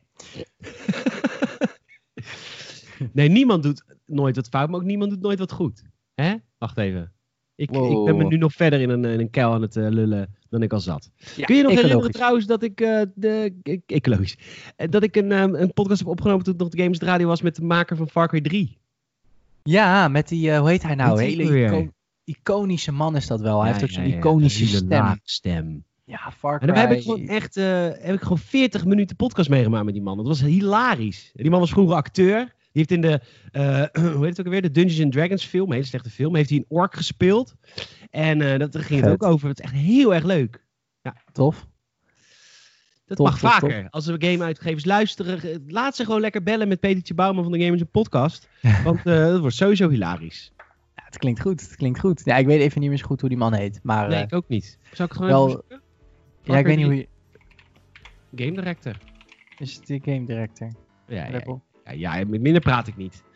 Nee, niemand doet nooit wat fout, maar ook niemand doet nooit wat goed. Hè? Wacht even. Ik, wow. ik ben me nu nog verder in een, in een kuil aan het uh, lullen dan ik al zat. Ja, kun je nog herinneren trouwens dat ik uh, de ik, ecologisch dat ik een, um, een podcast heb opgenomen toen het nog de Games Radio was met de maker van Far Cry drie? Ja, met die uh, hoe heet hij nou? Hele ico- iconische man is dat wel. Hij ja, heeft ook zo'n ja, ja, iconische ja, stem. stem. Ja, Far Cry. En dan heb ik gewoon echt uh, heb ik gewoon veertig minuten podcast meegemaakt met die man. Dat was hilarisch. Die man was vroeger acteur. Die heeft in de, uh, hoe heet het ook alweer, de Dungeons and Dragons film, een hele slechte film, heeft hij een ork gespeeld. En uh, dat, daar ging het Vet. ook over. Het is echt heel erg leuk. Ja. Tof. Dat tof, mag tof, vaker. Tof. Als we gameuitgevers luisteren, laat ze gewoon lekker bellen met Petertje Bouwman van de Gamers Podcast. Want uh, dat wordt sowieso hilarisch. Ja, het klinkt goed. Het klinkt goed. Ja, ik weet even niet meer zo goed hoe die man heet. Maar, nee, uh, ik ook niet. Zou ik het gewoon wel, even zoeken? Ja, ik weet niet hoe je... Game director. Is het de game director? Ja, ja, ja, ja, met minder praat ik niet.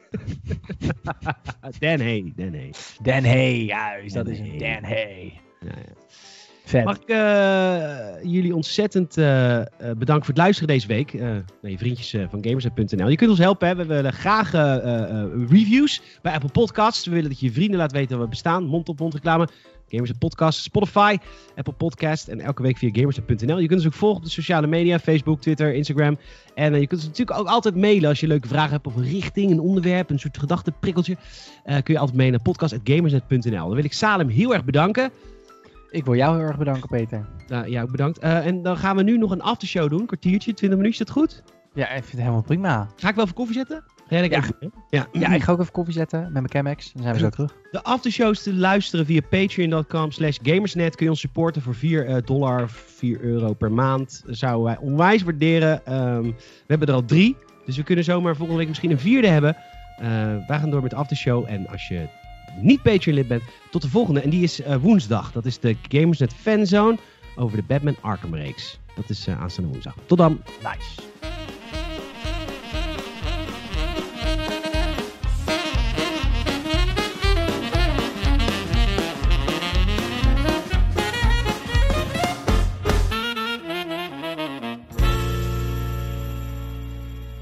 Dan Hay, Dan Hay. Dan Hay, juist. Dat is een Dan Hay. Ja, ja. Vet. Mag ik uh, jullie ontzettend uh, uh, bedanken voor het luisteren deze week. Uh, naar je vriendjes uh, van gamersnet punt n l. Je kunt ons helpen. Hè? We willen graag uh, uh, reviews bij Apple Podcasts. We willen dat je je vrienden laat weten dat we bestaan. Mond-op-mond reclame. Gamersnet Podcast, Spotify, Apple Podcast en elke week via gamersnet punt n l. Je kunt ons ook volgen op de sociale media, Facebook, Twitter, Instagram. En uh, je kunt ons natuurlijk ook altijd mailen als je leuke vragen hebt of een richting, een onderwerp, een soort gedachteprikkeltje. Uh, kun je altijd mailen naar podcast at gamersnet punt n l. Dan wil ik Salem heel erg bedanken. Ik wil jou heel erg bedanken, Peter. Uh, ja, ook bedankt. Uh, en dan gaan we nu nog een aftershow doen, een kwartiertje, twintig minuutjes, is dat goed? Ja, ik vind het helemaal prima. Ga ik wel voor koffie zetten? Ga jij lekker Ja. even, hè? Ja. Ja, ik ga ook even koffie zetten met mijn Chemex. Dan zijn we zo terug. De aftershows te luisteren via patreon.com slash gamersnet. Kun je ons supporten voor vier dollar, vier euro per maand. Dat zouden wij onwijs waarderen. Um, we hebben er al drie. Dus we kunnen zomaar volgende week misschien een vierde hebben. Uh, wij gaan door met de aftershow. En als je niet Patreon lid bent, tot de volgende. En die is uh, woensdag. Dat is de Gamersnet Fanzone over de Batman Arkham reeks. Dat is uh, aanstaande woensdag. Tot dan. Nice.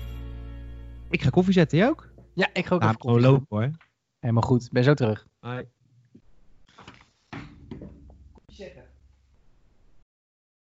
Ik ga koffie zetten, jij ook? Ja, ik ga ook Ja, even gewoon koffie lopen zetten. hoor. Helemaal goed. Ben zo terug. Hoi.